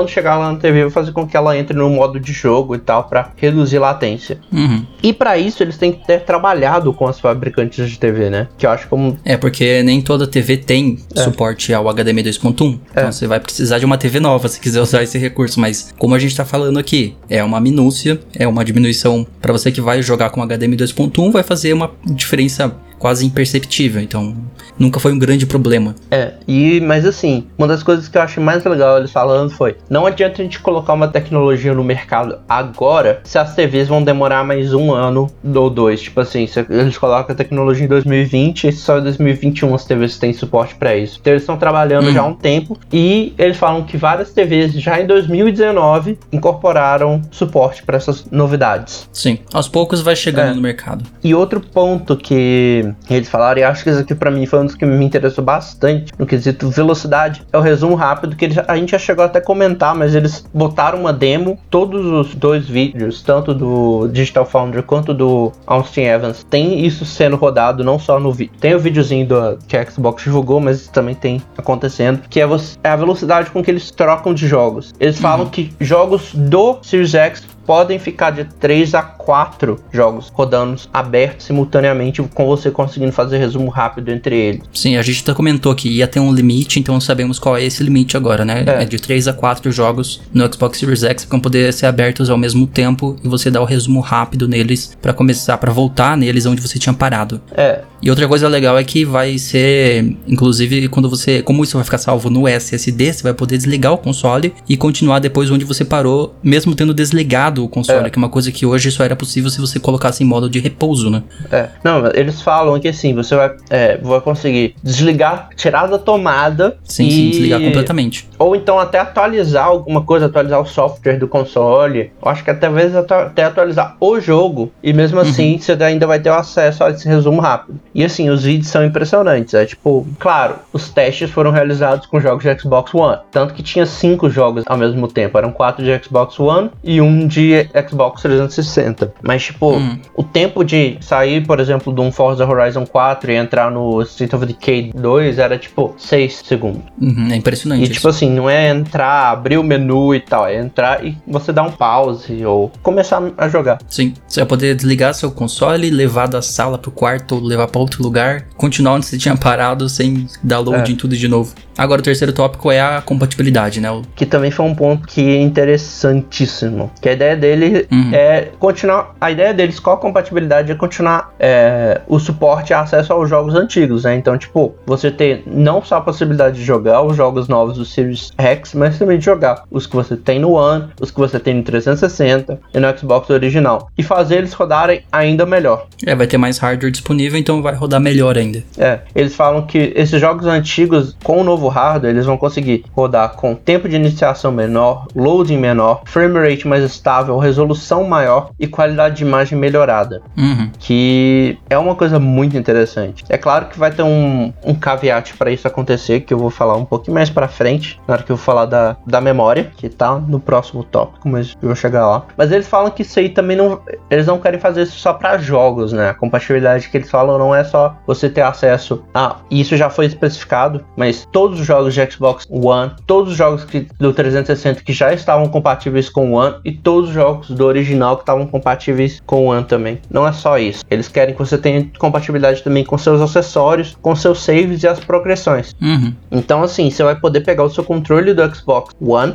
quando chegar lá na T V, vai fazer com que ela entre no modo de jogo e tal, pra reduzir latência. Uhum. E pra isso, eles têm que ter trabalhado com as fabricantes de T V, né? Que eu acho como... É, porque nem toda T V tem É. suporte ao H D M I dois ponto um. Então É. você vai precisar de uma T V nova se quiser usar esse recurso. Mas como a gente tá falando aqui, é uma minúcia, é uma diminuição pra você que vai jogar com H D M I dois ponto um, vai fazer uma diferença quase imperceptível. Então nunca foi um grande problema. É, e, mas assim, uma das coisas que eu achei mais legal eles falando foi: não adianta a gente colocar uma tecnologia no mercado agora, se as T Vs vão demorar mais um ano ou dois. Tipo assim, se eles colocam a tecnologia em dois mil e vinte, e só em dois mil e vinte e um as T Vs têm suporte pra isso. Então eles estão trabalhando Hum. já há um tempo, e eles falam que várias T Vs já em dois mil e dezenove incorporaram suporte pra essas novidades. Sim, aos poucos vai chegando É. no mercado. E outro ponto que eles falaram, e acho que isso aqui pra mim foi um dos que me interessou bastante no quesito velocidade, é o resumo rápido, que eles, a gente já chegou até a comentar, mas eles botaram uma demo, todos os dois vídeos, tanto do Digital Foundry quanto do Austin Evans, tem isso sendo rodado, não só no vídeo. Tem o videozinho do, que a Xbox divulgou, mas também tem acontecendo, que é, você, é a velocidade com que eles trocam de jogos. Eles falam Uhum. que jogos do Series X podem ficar de três a quatro jogos rodando abertos simultaneamente, com você conseguindo fazer resumo rápido entre eles. Sim, a gente até comentou que ia ter um limite, então sabemos qual é esse limite agora, né? É. É de três a quatro jogos no Xbox Series X que vão poder ser abertos ao mesmo tempo e você dá o resumo rápido neles pra começar, pra voltar neles onde você tinha parado. É, E outra coisa legal é que vai ser, inclusive, quando você, como isso vai ficar salvo no S S D, você vai poder desligar o console e continuar depois onde você parou, mesmo tendo desligado o console, É. que é uma coisa que hoje só era possível se você colocasse em modo de repouso, né? é. Não, eles falam que assim, você vai, é, vai conseguir desligar, tirar da tomada. Sim, e... sim, desligar completamente. Ou então até atualizar alguma coisa, atualizar o software do console. Eu acho que até, vezes, até atualizar o jogo. E mesmo assim, você ainda vai ter o acesso a esse resumo rápido. E assim, os vídeos são impressionantes. É tipo, claro, os testes foram realizados com jogos de Xbox One. Tanto que tinha cinco jogos ao mesmo tempo. Eram quatro de Xbox One e um de Xbox trezentos e sessenta. Mas tipo, Hum. o tempo de sair, por exemplo, de um Forza Horizon quatro e entrar no State of Decay dois era tipo seis segundos. Uhum, é impressionante E isso. tipo assim, não é entrar, abrir o menu e tal, é entrar e você dar um pause ou começar a jogar. Sim, você vai poder desligar seu console, levar da sala pro quarto ou levar pra outro lugar, continuar onde você tinha parado sem dar load É. em tudo de novo. Agora o terceiro tópico é a compatibilidade, né? O- Que também foi um ponto que é interessantíssimo. Que a ideia dele Uhum. é continuar. A ideia deles com a compatibilidade é continuar é, o suporte e acesso aos jogos antigos, né? Então, tipo, você ter não só a possibilidade de jogar os jogos novos do Series X, mas também de jogar os que você tem no One, os que você tem no trezentos e sessenta e no Xbox original. E fazer eles rodarem ainda melhor. É, vai ter mais hardware disponível, então vai rodar melhor ainda. É, eles falam que esses jogos antigos, com o novo hardware, eles vão conseguir rodar com tempo de iniciação menor, loading menor, frame rate mais estável, resolução maior e qualidade de imagem melhorada. Uhum. Que é uma coisa muito interessante. É claro que vai ter um, um caveat para isso acontecer, que eu vou falar um pouquinho mais pra frente, na hora que eu vou falar da, da memória, que tá no próximo tópico, mas eu vou chegar lá. Mas eles falam que isso aí também não... Eles não querem fazer isso só pra jogos, né? A compatibilidade que eles falam não é só você ter acesso a... Isso já foi especificado, mas todos os jogos de Xbox One, todos os jogos que, do trezentos e sessenta que já estavam compatíveis com o One e todos os jogos do original que estavam compatíveis com o One também. Não é só isso. Eles querem que você tenha compatibilidade também com seus acessórios, com seus saves e as progressões. Uhum. Então assim, você vai poder pegar o seu controle do Xbox One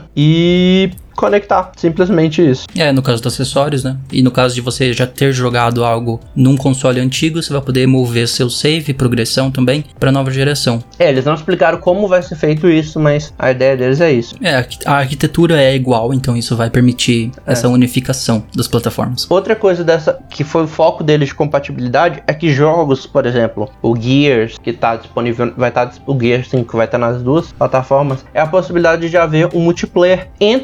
e conectar, simplesmente isso. É, no caso dos acessórios, né? E no caso de você já ter jogado algo num console antigo, você vai poder mover seu save e progressão também pra nova geração. É, eles não explicaram como vai ser feito isso, mas a ideia deles é isso. É, a arquitetura é igual, então isso vai permitir É. essa unificação das plataformas. Outra coisa dessa que foi o foco deles de compatibilidade é que jogos, por exemplo, o Gears, que tá disponível, vai estar o Gears cinco vai estar nas duas plataformas, é a possibilidade de haver um multiplayer entre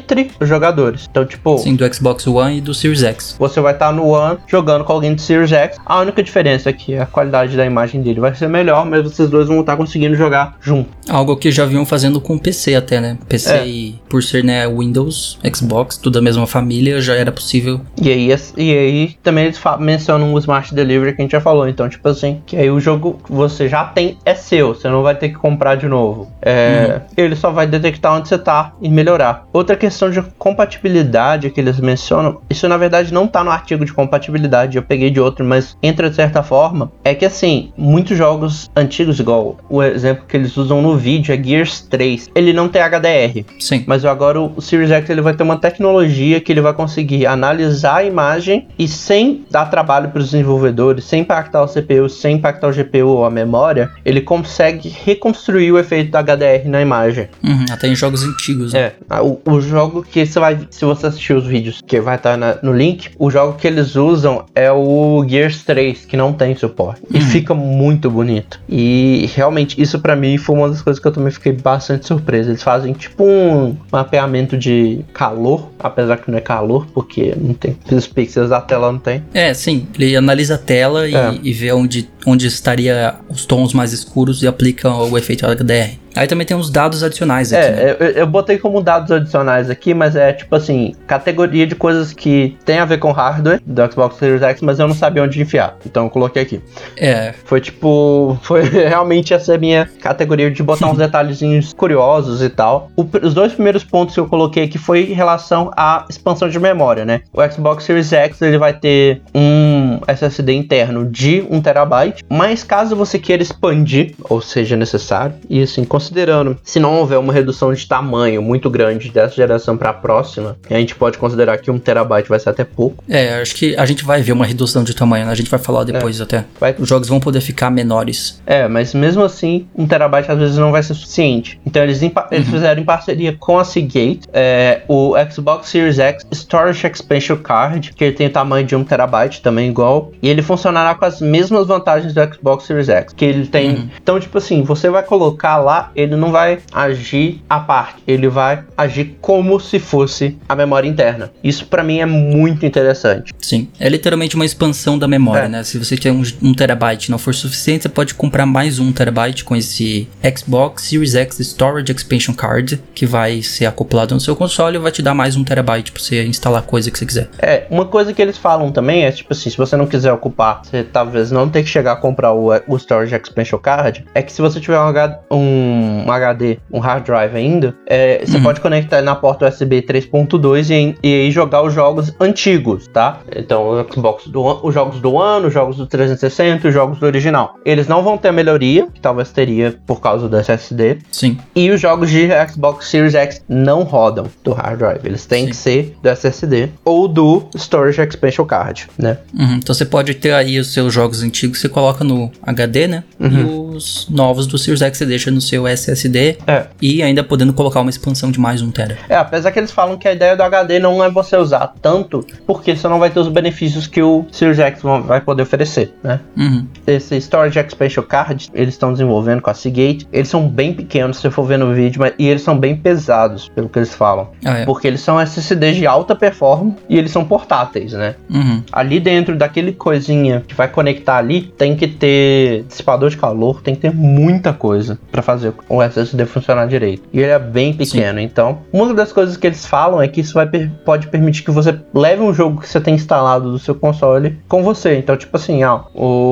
outros jogadores. Então, tipo... Sim, do Xbox One e do Series X. Você vai estar no One jogando com alguém do Series X. A única diferença é que a qualidade da imagem dele vai ser melhor, mas vocês dois vão estar conseguindo jogar junto. Algo que já vinham fazendo com o P C até, né? P C, é. Por ser, né, Windows, Xbox, tudo a mesma família, já era possível. E aí, e aí também eles mencionam o Smart Delivery que a gente já falou. Então, tipo assim, que aí o jogo que você já tem é seu, você não vai ter que comprar de novo. É, uhum. Ele só vai detectar onde você tá e melhorar. Outra questão de compatibilidade que eles mencionam, isso na verdade não tá no artigo de compatibilidade, eu peguei de outro, mas entra de certa forma, é que assim, muitos jogos antigos, igual o exemplo que eles usam no vídeo é Gears três, ele não tem H D R. Sim. Mas agora o Series X ele vai ter uma tecnologia que ele vai conseguir analisar a imagem e sem dar trabalho para os desenvolvedores, sem impactar o C P U, sem impactar o G P U ou a memória, ele consegue reconstruir o efeito da H D R na imagem. Uhum, até em jogos antigos, né? É, o, o jogo que você vai, se você assistir os vídeos que vai estar na, no link, o jogo que eles usam é o Gears três, que não tem suporte. Uhum. E fica muito bonito. E realmente, isso pra mim foi uma das coisas que eu também fiquei bastante surpreso. Eles fazem tipo um mapeamento de calor, apesar que não é calor, porque não tem, os pixels da tela não tem. É, sim, ele analisa a tela e, é. e vê onde, onde estaria os tons mais escuros e aplica o efeito H D R. Aí também tem uns dados adicionais aqui, É, né? eu, eu botei como dados adicionais aqui, mas é tipo assim, categoria de coisas que tem a ver com hardware do Xbox Series X, mas eu não sabia onde enfiar, então eu coloquei aqui. É. Foi tipo, foi realmente essa minha categoria de botar uns detalhezinhos curiosos e tal. O, os dois primeiros pontos que eu coloquei aqui foi em relação à expansão de memória, né? O Xbox Series X, ele vai ter um S S D interno de um terabyte, mas caso você queira expandir, ou seja necessário, e assim, considerando, se não houver uma redução de tamanho muito grande dessa geração para a próxima, a gente pode considerar que um terabyte vai ser até pouco. É, acho que a gente vai ver uma redução de tamanho, né? A gente vai falar depois é. até. Vai... Os jogos vão poder ficar menores. É, mas mesmo assim, um terabyte às vezes não vai ser suficiente. Então eles, uhum. eles fizeram em parceria com a Seagate é, o Xbox Series X Storage Expansion Card, que ele tem o tamanho de um terabyte também igual, e ele funcionará com as mesmas vantagens do Xbox Series X, que ele tem. Uhum. Então, tipo assim, você vai colocar lá, ele não vai agir à parte, ele vai agir como se fosse a memória interna. Isso pra mim é muito interessante. Sim, é literalmente uma expansão da memória, é. né? Se você tiver um, um terabyte não for suficiente, você pode comprar mais um terabyte com esse Xbox Series X Storage Expansion Card, que vai ser acoplado no seu console e vai te dar mais um terabyte pra você instalar a coisa que você quiser. É, uma coisa que eles falam também é, tipo assim, se você não quiser ocupar, você talvez não tenha que chegar a comprar o, o Storage Expansion Card, é que se você tiver um, H, um, um H D, um hard drive ainda, é, você uhum. pode conectar na porta U S B três ponto dois e, e aí jogar os jogos antigos, tá? Então, o Xbox do, os jogos do ano, os jogos do trezentos e sessenta, os jogos do original. Eles não vão ter a melhoria, que talvez teria por causa do S S D. Sim. E os jogos de Xbox Series X não rodam do hard drive. Eles têm Sim. que ser do S S D ou do Storage Expansion Card, né? Uhum. Então você pode ter aí os seus jogos antigos, você coloca no H D, né? Uhum. E os novos do Series X você deixa no seu S S D é. e ainda podendo colocar uma expansão de mais um tera. É, apesar que eles falam que a ideia do H D não é você usar tanto, porque você não vai ter os benefícios que o Series X vai poder oferecer, né? Uhum. Esse Storage Expansion Card, eles estão desenvolvendo com a Seagate, eles são bem pequenos, se você for ver no vídeo, mas, e eles são bem pesados, pelo que eles falam. Ah, é. Porque eles são S S Ds de alta performance e eles são portáteis, né? Uhum. Ali dentro daquele coisinha que vai conectar ali, tem que ter dissipador de calor, tem que ter muita coisa pra fazer o S S D funcionar direito. E ele é bem pequeno, Sim. então uma das coisas que eles falam é que isso vai per- pode permitir que você leve um jogo que você tem instalado do seu console com você. Então, tipo assim, ó,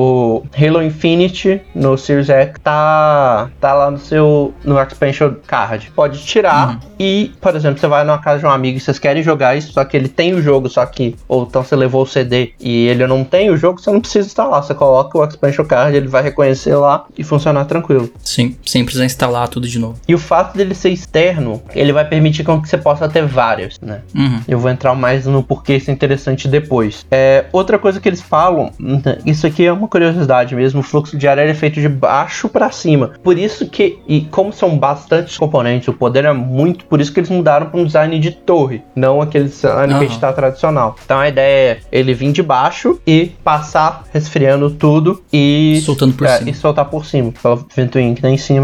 o Halo Infinite no Series X tá, tá lá no seu no Expansion Card. Pode tirar uhum. e, por exemplo, você vai numa casa de um amigo e vocês querem jogar isso, só que ele tem o jogo, só que, ou então você levou o C D e ele não tem o jogo, você não precisa instalar. Você coloca o Expansion Card, ele vai reconhecer lá e funcionar tranquilo. Sim, sem precisar instalar tudo de novo. E o fato dele ser externo, ele vai permitir com que você possa ter vários, né? Uhum. Eu vou entrar mais no porquê isso é interessante depois. É, outra coisa que eles falam, isso aqui é uma curiosidade mesmo, o fluxo de ar é feito de baixo para cima. Por isso que, e como são bastantes componentes, o poder é muito, por isso que eles mudaram para um design de torre, não aquele design uhum. que a gente tá tradicional. Então a ideia é ele vir de baixo e passar resfriando tudo e soltando por é, cima. E soltar por cima, pela ventoinha que tá em cima. Eu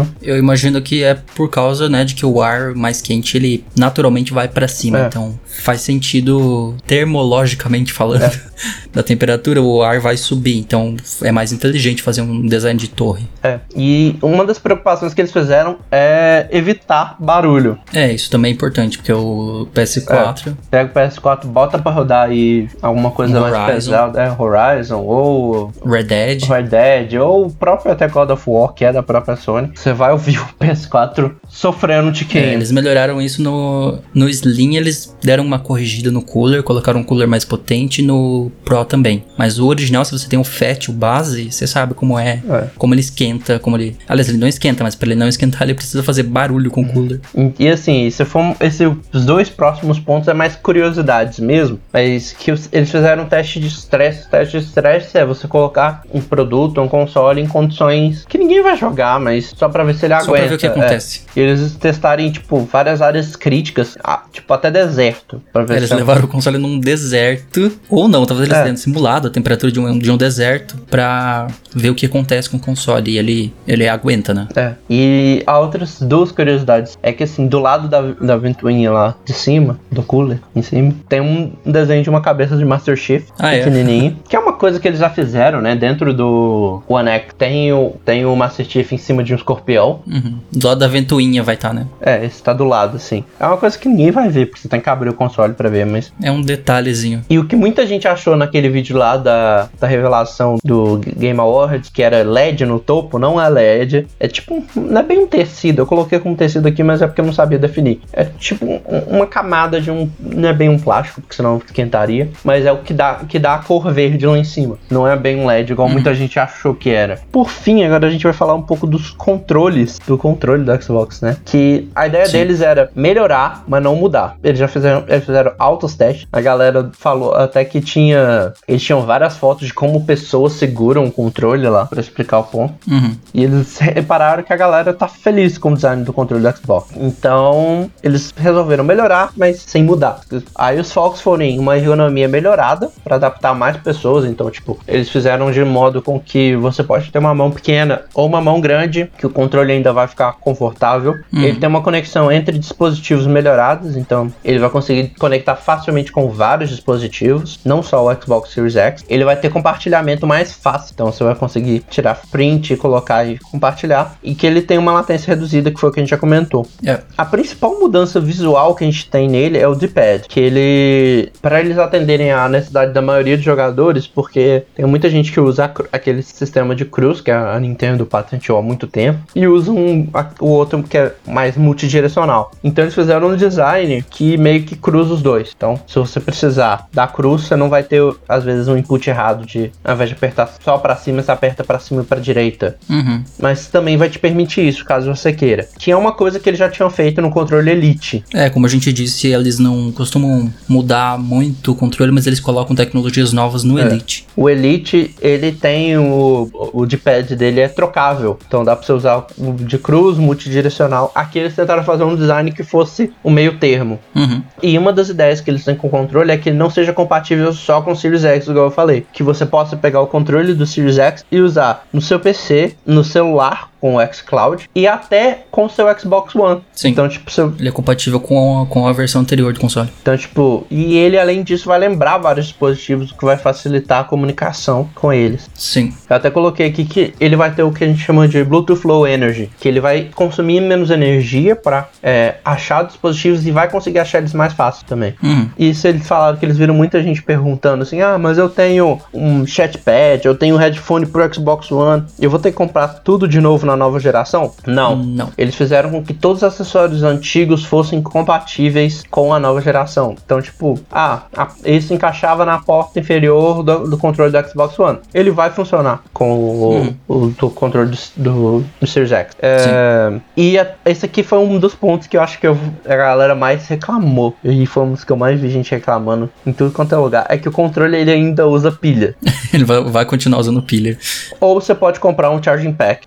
imagino que é por causa, né, de que o ar mais quente, ele naturalmente vai pra cima. É. Então, faz sentido, termologicamente falando, É. da temperatura, o ar vai subir. Então, é mais inteligente fazer um design de torre. É, e uma das preocupações que eles fizeram é evitar barulho. É, isso também é importante, porque o P S quatro... Pega o P S quatro, bota pra rodar aí alguma coisa mais Horizon. pesada, é, Horizon, ou Red Dead. Red Dead, ou o próprio até God of War, que é da própria Sony, você vai ouvir o P S quatro sofrendo de É, queima. eles melhoraram isso no, no Slim, eles deram uma corrigida no cooler, colocaram um cooler mais potente, no Pro também. Mas o original, se você tem o Fat, o base, você sabe como é, É. como ele esquenta, como ele... Aliás, ele não esquenta, mas pra ele não esquentar, ele precisa fazer barulho com o cooler. E, e assim, se for esse, os dois próximos pontos é mais curiosidades mesmo, mas que os- eles fizeram um teste de estresse. O teste de estresse é você colocar um produto, um console em condições que ninguém vai jogar, mas só pra ver se ele Só aguenta. pra ver o que é. acontece. E eles testarem, tipo, várias áreas críticas, ah, tipo, até deserto. Pra ver Eles se levaram o console num deserto, ou não, talvez eles É. tenham simulado a temperatura de um, de um deserto pra ver o que acontece com o console, e ele, ele aguenta, né? É. E há outras duas curiosidades. É que assim, do lado da, da ventoinha lá de cima, do cooler, em cima, tem um desenho de uma cabeça de Master Chief, Ah, é? pequenininho. Que é uma coisa que eles já fizeram, né? Dentro do One X tem o, tem o Master Chief em cima de um escorpião. Uhum. Do lado da ventoinha vai estar, né? É, esse tá do lado, assim. É uma coisa que ninguém vai ver, porque você tem que abrir o console pra ver, mas... É um detalhezinho. E o que muita gente achou naquele vídeo lá da, da revelação do Game Awards, que era L E D no topo, não é L E D. É tipo, um- não é bem um tecido. Eu coloquei como tecido aqui, mas é porque eu não sabia definir. É tipo um- uma camada de um... Não é bem um plástico, porque senão esquentaria. Mas é o que dá, que dá a cor verde lá em cima. Não é bem um L E D, igual muita gente achou que era. Por fim, agora a gente vai falar um pouco dos controles. Do controle do Xbox, né? Que a ideia Sim. deles era melhorar, mas não mudar. Eles já fizeram, eles fizeram altos testes. A galera falou até que tinha... Eles tinham várias fotos de como pessoas seguram o controle lá, pra explicar o ponto. Uhum. E eles repararam que a galera tá feliz com o design do controle do Xbox. Então, eles resolveram melhorar, mas sem mudar. Aí os focos foram em uma ergonomia melhorada pra adaptar mais pessoas. Então, tipo, eles fizeram de modo com que você pode ter uma mão pequena ou uma mão grande, que o controle ainda vai ficar confortável. Uhum. Ele tem uma conexão entre dispositivos melhorados, então ele vai conseguir conectar facilmente com vários dispositivos, não só o Xbox Series X. Ele vai ter compartilhamento mais fácil, então você vai conseguir tirar print, colocar e compartilhar. E que ele tem uma latência reduzida, que foi o que a gente já comentou. É. A principal mudança visual que a gente tem nele é o D-pad, que ele, para eles atenderem à necessidade da maioria dos jogadores, porque tem muita gente que usa a cru- aquele sistema de cruz que a Nintendo patenteou há muito tempo, e usa um, a- o outro que é mais multidirecional. Então eles fizeram um design que meio que cruza os dois. Então, se você precisar da cruz, você não vai ter às vezes um input errado de, ao invés de apertar só para cima, você aperta para cima e para direita. Uhum. Mas também vai te permitir isso, caso você queira. Que é uma coisa que eles já tinham feito no controle Elite. É, como a gente disse, eles não costumam mudar muito o controle, mas eles colocam tecnologias novas no É. Elite. O Elite, ele tem o, o D-pad dele é trocável. Então dá pra você usar o de cruz, multidirecional. Aqui eles tentaram fazer um design que fosse o meio termo. Uhum. E uma das ideias que eles têm com o controle é que ele não seja compatível só com o Series X, igual eu falei. Que você possa pegar o controle do Series X e usar no seu P C, no celular, com o xCloud, e até com o seu Xbox One. Sim. Então, tipo, seu, Ele é compatível com a, com a versão anterior do console. então, tipo, e ele, além disso, vai lembrar vários dispositivos, o que vai facilitar a comunicação com eles. Sim. Eu até coloquei aqui que ele vai ter o que a gente chama de Bluetooth Low Energy, que ele vai consumir menos energia para é, achar dispositivos e vai conseguir achar eles mais fácil também. Uhum. Isso eles falaram que eles viram muita gente perguntando assim, ah, mas eu tenho um chatpad, eu tenho um headphone pro Xbox One, eu vou ter que comprar tudo de novo na nova geração? Não. Não. Eles fizeram com que todos os acessórios antigos fossem compatíveis com a nova geração. Então, tipo, ah, a, esse encaixava na porta inferior do, do controle do Xbox One. Ele vai funcionar com o, Hum. o, do controle do, do, do Series X. É, e a, esse aqui foi um dos pontos que eu acho que eu, a galera mais reclamou. E foi um dos que eu mais vi gente reclamando em tudo quanto é lugar. É que o controle ele ainda usa pilha. Ele vai, vai continuar usando pilha. Ou você pode comprar um charging pack à parte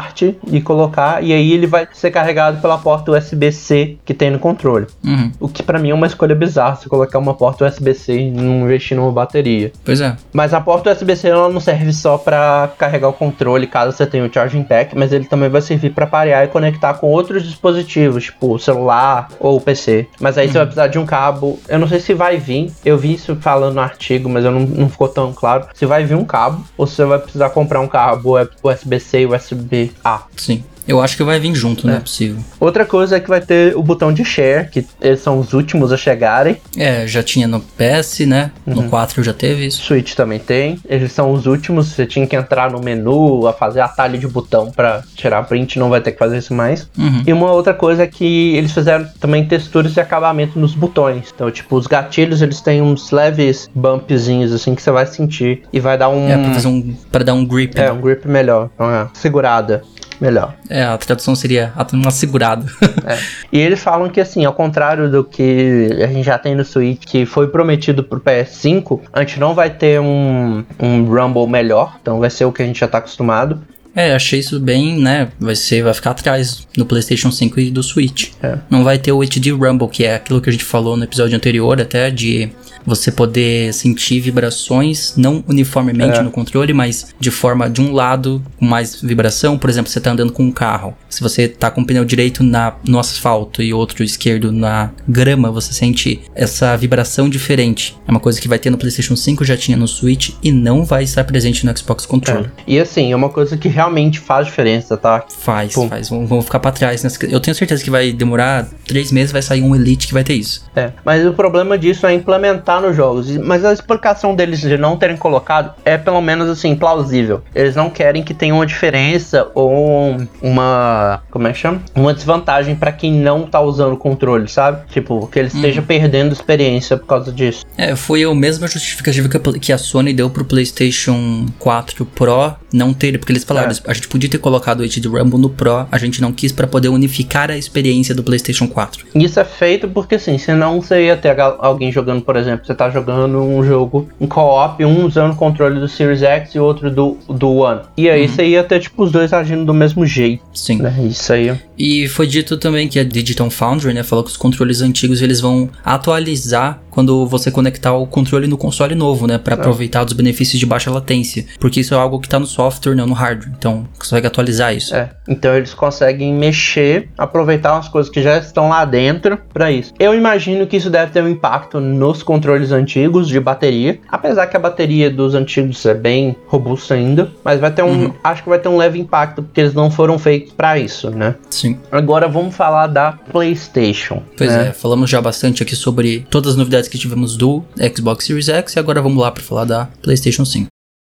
smart e colocar, e aí ele vai ser carregado pela porta U S B-C que tem no controle. Uhum. O que pra mim é uma escolha bizarra, você colocar uma porta U S B-C e não investir numa bateria. Pois é. Mas a porta U S B-C ela não serve só pra carregar o controle caso você tenha o charging pack, mas ele também vai servir pra parear e conectar com outros dispositivos, tipo o celular ou o P C. Mas aí uhum. você vai precisar de um cabo, eu não sei se vai vir, eu vi isso falando no artigo, mas eu não, não ficou tão claro, se vai vir um cabo ou se você vai precisar comprar um cabo U S B-C e U S B-A. Sim. Eu acho que vai vir junto, é. Não é possível. Outra coisa é que vai ter o botão de share, que eles são os últimos a chegarem. É, já tinha no P S, né? Uhum. No quatro já teve isso. Switch também tem. Eles são os últimos, você tinha que entrar no menu, a fazer atalho de botão pra tirar print, não vai ter que fazer isso mais. Uhum. E uma outra coisa é que eles fizeram também texturas de acabamento nos botões. Então, tipo, os gatilhos, eles têm uns leves bumpzinhos, assim, que você vai sentir e vai dar um... É, pra, fazer um, pra dar um grip. É, né? um grip melhor. Então, é, segurada. Melhor. É, a tradução seria uma segurada. É. E eles falam que, assim, ao contrário do que a gente já tem no Switch, que foi prometido pro P S cinco, a gente não vai ter um, um Rumble melhor, então vai ser o que a gente já tá acostumado. É, achei isso bem, né, vai ser, vai ficar atrás no PlayStation cinco e do Switch. É. Não vai ter o H D Rumble, que é aquilo que a gente falou no episódio anterior, até de você poder sentir vibrações, não uniformemente é. no controle, mas de forma de um lado com mais vibração. Por exemplo, você tá andando com um carro, se você tá com o pneu direito na, no asfalto e outro esquerdo na grama, você sente essa vibração diferente. É uma coisa que vai ter no PlayStation cinco, já tinha no Switch e não vai estar presente no Xbox Controller. É. E assim, é uma coisa que realmente faz diferença, tá? Faz, Pum. faz. Vamos, vamos ficar pra trás. Eu tenho certeza que vai demorar três meses, vai sair um Elite que vai ter isso. É, mas o problema disso é implementar nos jogos. Mas a explicação deles de não terem colocado é pelo menos assim, plausível. Eles não querem que tenha uma diferença ou uma... como é que chama? Uma desvantagem pra quem não tá usando o controle, sabe? Tipo, que ele hum. esteja perdendo experiência por causa disso. É, foi a mesma justificativa que a, que a Sony deu pro PlayStation quatro Pro não ter, porque eles falaram, é. a gente podia ter colocado o H D Rumble no Pro, a gente não quis pra poder unificar a experiência do PlayStation quatro. Isso é feito porque assim, senão você ia ter alguém jogando, por exemplo, você tá jogando um jogo em co-op, um usando o controle do Series X e outro do, do One. E aí uhum. você ia ter tipo os dois agindo do mesmo jeito. Sim. Né? Isso aí. E foi dito também que a Digital Foundry, né, falou que os controles antigos eles vão atualizar quando você conectar o controle no console novo, né, pra é. aproveitar dos benefícios de baixa latência, porque isso é algo que tá no software, não no hardware, então consegue atualizar isso. É, então eles conseguem mexer, aproveitar umas coisas que já estão lá dentro pra isso. Eu imagino que isso deve ter um impacto nos controles antigos de bateria, apesar que a bateria dos antigos é bem robusta ainda, mas vai ter um, uhum. acho que vai ter um leve impacto, porque eles não foram feitos pra isso, né? Sim. Agora vamos falar da PlayStation. Pois né? é, falamos já bastante aqui sobre todas as novidades que tivemos do Xbox Series X e agora vamos lá para falar da PlayStation cinco.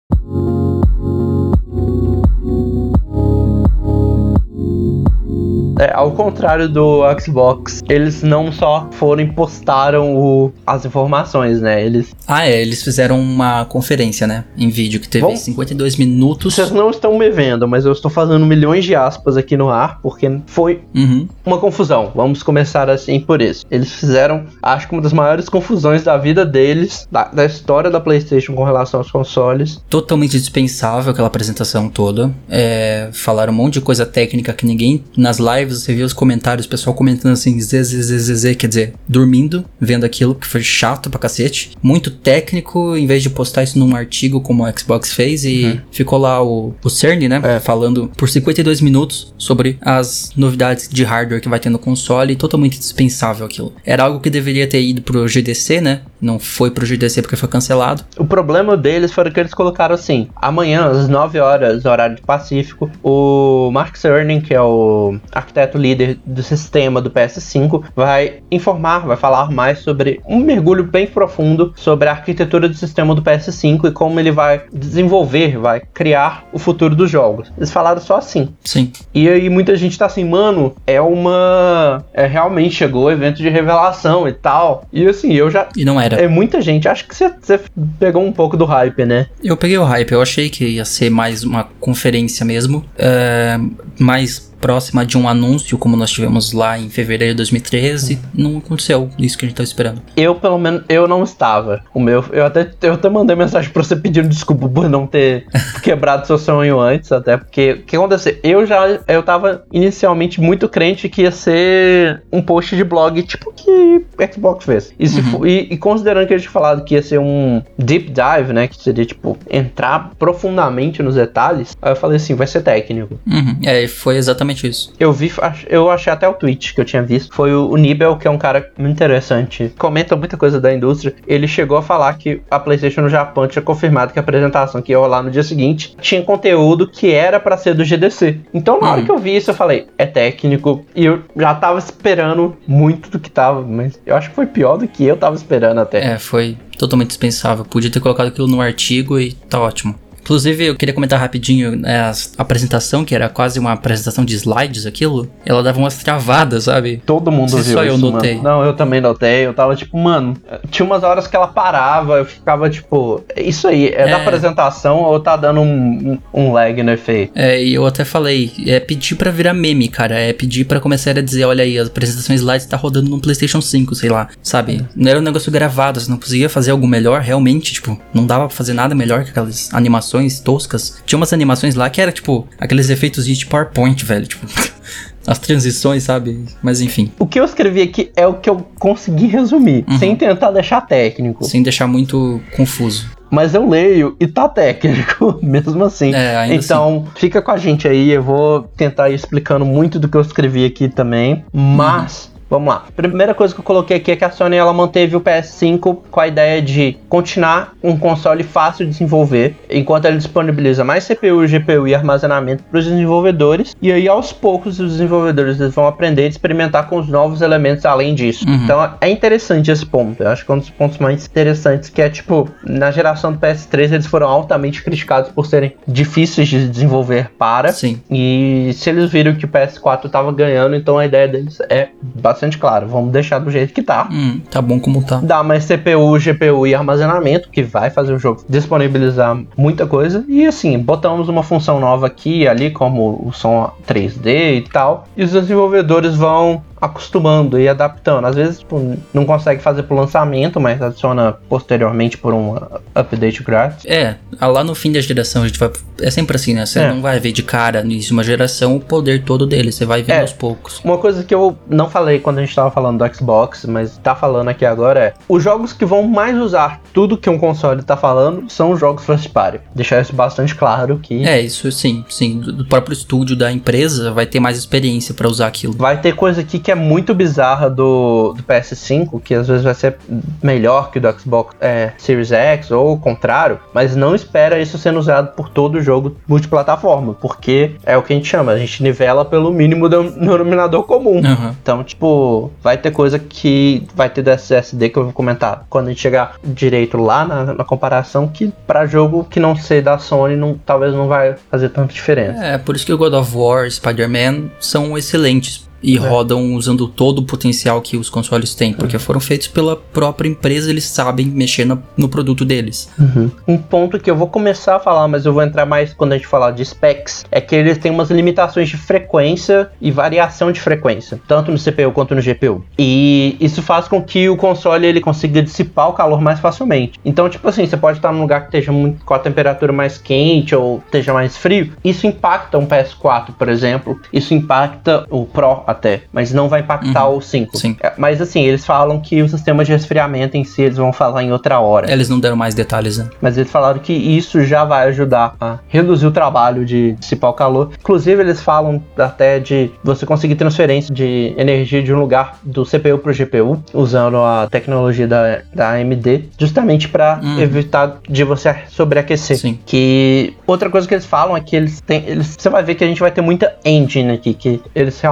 É, ao contrário do Xbox, eles não só foram e postaram o, as informações, né? Eles... Ah, é, eles fizeram uma conferência, né? Em vídeo, que teve Bom, cinquenta e dois minutos. Vocês não estão me vendo, mas eu estou fazendo milhões de aspas aqui no ar, porque foi uhum. uma confusão. Vamos começar assim por isso. Eles fizeram, acho que uma das maiores confusões da vida deles, da, da história da PlayStation com relação aos consoles. Totalmente dispensável aquela apresentação toda. É, falaram um monte de coisa técnica que ninguém, nas lives, você viu os comentários, o pessoal comentando assim, zzzz, quer dizer, dormindo, vendo aquilo, que foi chato pra cacete. Muito técnico, em vez de postar isso num artigo como o Xbox fez, e uhum. ficou lá o, o Cerny, né, é. falando por cinquenta e dois minutos sobre as novidades de hardware que vai ter no console, e totalmente dispensável aquilo. Era algo que deveria ter ido pro G D C, né, não foi pro G D C porque foi cancelado. O problema deles foi que eles colocaram assim, amanhã às nove horas, horário de Pacífico, o Mark Cerny, que é o arquiteto líder do sistema do P S cinco, vai informar, vai falar mais sobre um mergulho bem profundo sobre a arquitetura do sistema do P S cinco e como ele vai desenvolver, vai criar o futuro dos jogos. Eles falaram só assim. Sim. E aí muita gente tá assim, mano, é uma... É, realmente chegou o evento de revelação e tal. E assim, eu já... E não era. É muita gente. Acho que você pegou um pouco do hype, né? Eu peguei o hype. Eu achei que ia ser mais uma conferência mesmo. É, mais... próxima de um anúncio, como nós tivemos lá em fevereiro de dois mil e treze, não aconteceu isso que a gente tava esperando. Eu, pelo menos, eu não estava. O meu, eu até, eu até mandei mensagem pra você pedindo desculpa por não ter quebrado seu sonho antes, até porque, o que aconteceu? Eu já, eu tava inicialmente muito crente que ia ser um post de blog, tipo que Xbox fez. E, se Uhum. for, e, e considerando que eu tinha falado que ia ser um deep dive, né, que seria, tipo, entrar profundamente nos detalhes, aí eu falei assim, vai ser técnico. Uhum. É, foi exatamente isso. Eu vi, eu achei até o tweet que eu tinha visto, foi o, o Nibel, que é um cara muito interessante, comenta muita coisa da indústria. Ele chegou a falar que a PlayStation no Japão tinha confirmado que a apresentação que ia rolar no dia seguinte tinha conteúdo que era pra ser do G D C. Então na hora Uhum. que eu vi isso eu falei, é técnico, e eu já tava esperando muito do que tava, mas eu acho que foi pior do que eu tava esperando até. É, foi totalmente dispensável. Podia ter colocado aquilo no artigo e tá ótimo. Inclusive, eu queria comentar rapidinho, né, a apresentação, que era quase uma apresentação de slides, aquilo, ela dava umas travadas, sabe? Todo mundo Não sei se viu só isso, eu notei. mano. Não, eu também notei. Eu tava tipo, mano, tinha umas horas que ela parava, eu ficava tipo, isso aí, é, É. da apresentação ou tá dando um, um, um lag no efeito? É, e eu até falei, é pedir pra virar meme, cara, é pedir pra começar a dizer, olha aí, a apresentação slides tá rodando no PlayStation cinco, sei lá, sabe? Não era um negócio gravado, você não conseguia fazer algo melhor, realmente, tipo, não dava pra fazer nada melhor que aquelas animações toscas. Tinha umas animações lá que era, tipo, aqueles efeitos de PowerPoint, velho, tipo... As transições, sabe? Mas enfim. O que eu escrevi aqui é o que eu consegui resumir, Uhum. sem tentar deixar técnico. Sem deixar muito confuso. Mas eu leio e tá técnico, mesmo assim. É, ainda então, fica com a gente aí, eu vou tentar ir explicando muito do que eu escrevi aqui também, mas... Uhum. Vamos lá. Primeira coisa que eu coloquei aqui é que a Sony ela manteve o P S cinco com a ideia de continuar um console fácil de desenvolver, enquanto ele disponibiliza mais C P U, G P U e armazenamento para os desenvolvedores. E aí, aos poucos, os desenvolvedores eles vão aprender a experimentar com os novos elementos além disso. Uhum. Então, é interessante esse ponto. Eu acho que é um dos pontos mais interessantes, que é, tipo, na geração do P S três, eles foram altamente criticados por serem difíceis de desenvolver para. Sim. E se eles viram que o P S quatro estava ganhando, então a ideia deles é bastante claro, vamos deixar do jeito que tá. Hum, tá bom como tá. Dá mais C P U, G P U e armazenamento, que vai fazer o jogo disponibilizar muita coisa. E assim, botamos uma função nova aqui e ali, como o som três D e tal. E os desenvolvedores vão acostumando e adaptando. Às vezes, tipo, não consegue fazer pro lançamento, mas adiciona posteriormente por um update grátis. É, lá no fim da geração a gente vai... É sempre assim, né? Você É. não vai ver de cara no início de uma geração o poder todo dele. Você vai vendo É. aos poucos. Uma coisa que eu não falei quando a gente tava falando do Xbox, mas tá falando aqui agora é... Os jogos que vão mais usar tudo que um console tá falando são os jogos first party. Deixar isso bastante claro que... É, isso sim, sim. Do do próprio estúdio da empresa vai ter mais experiência pra usar aquilo. Vai ter coisa aqui que é muito bizarra do, do P S cinco, que às vezes vai ser melhor que o do Xbox é, Series X, ou o contrário, mas não espera isso sendo usado por todo jogo multiplataforma, porque é o que a gente chama, a gente nivela pelo mínimo denominador comum. Uhum. Então, tipo, vai ter coisa que vai ter do S S D que eu vou comentar quando a gente chegar direito lá na, na comparação, que pra jogo que não ser da Sony, não, talvez não vai fazer tanta diferença. É, por isso que o God of War, Spider-Man são excelentes. E É. rodam usando todo o potencial que os consoles têm. Porque foram feitos pela própria empresa, eles sabem mexer no, no produto deles. Uhum. Um ponto que eu vou começar a falar, mas eu vou entrar mais quando a gente falar de specs, é que eles têm umas limitações de frequência e variação de frequência, tanto no C P U quanto no G P U. E isso faz com que o console ele consiga dissipar o calor mais facilmente. Então, tipo assim, você pode estar num lugar que esteja muito, com a temperatura mais quente ou esteja mais frio. Isso impacta um P S quatro, por exemplo. Isso impacta o Pro até, mas não vai impactar Uhum. o cinco. Sim. É, mas assim, eles falam que o sistema de resfriamento em si, eles vão falar em outra hora. Eles não deram mais detalhes, né? Mas eles falaram que isso já vai ajudar a reduzir o trabalho de dissipar o calor. Inclusive, eles falam até de você conseguir transferência de energia de um lugar do C P U para o G P U, usando a tecnologia da, da A M D, justamente para Uhum. evitar de você sobreaquecer. Sim. Que outra coisa que eles falam é que eles têm... Eles, você vai ver que a gente vai ter muita engine aqui, que eles realmente eles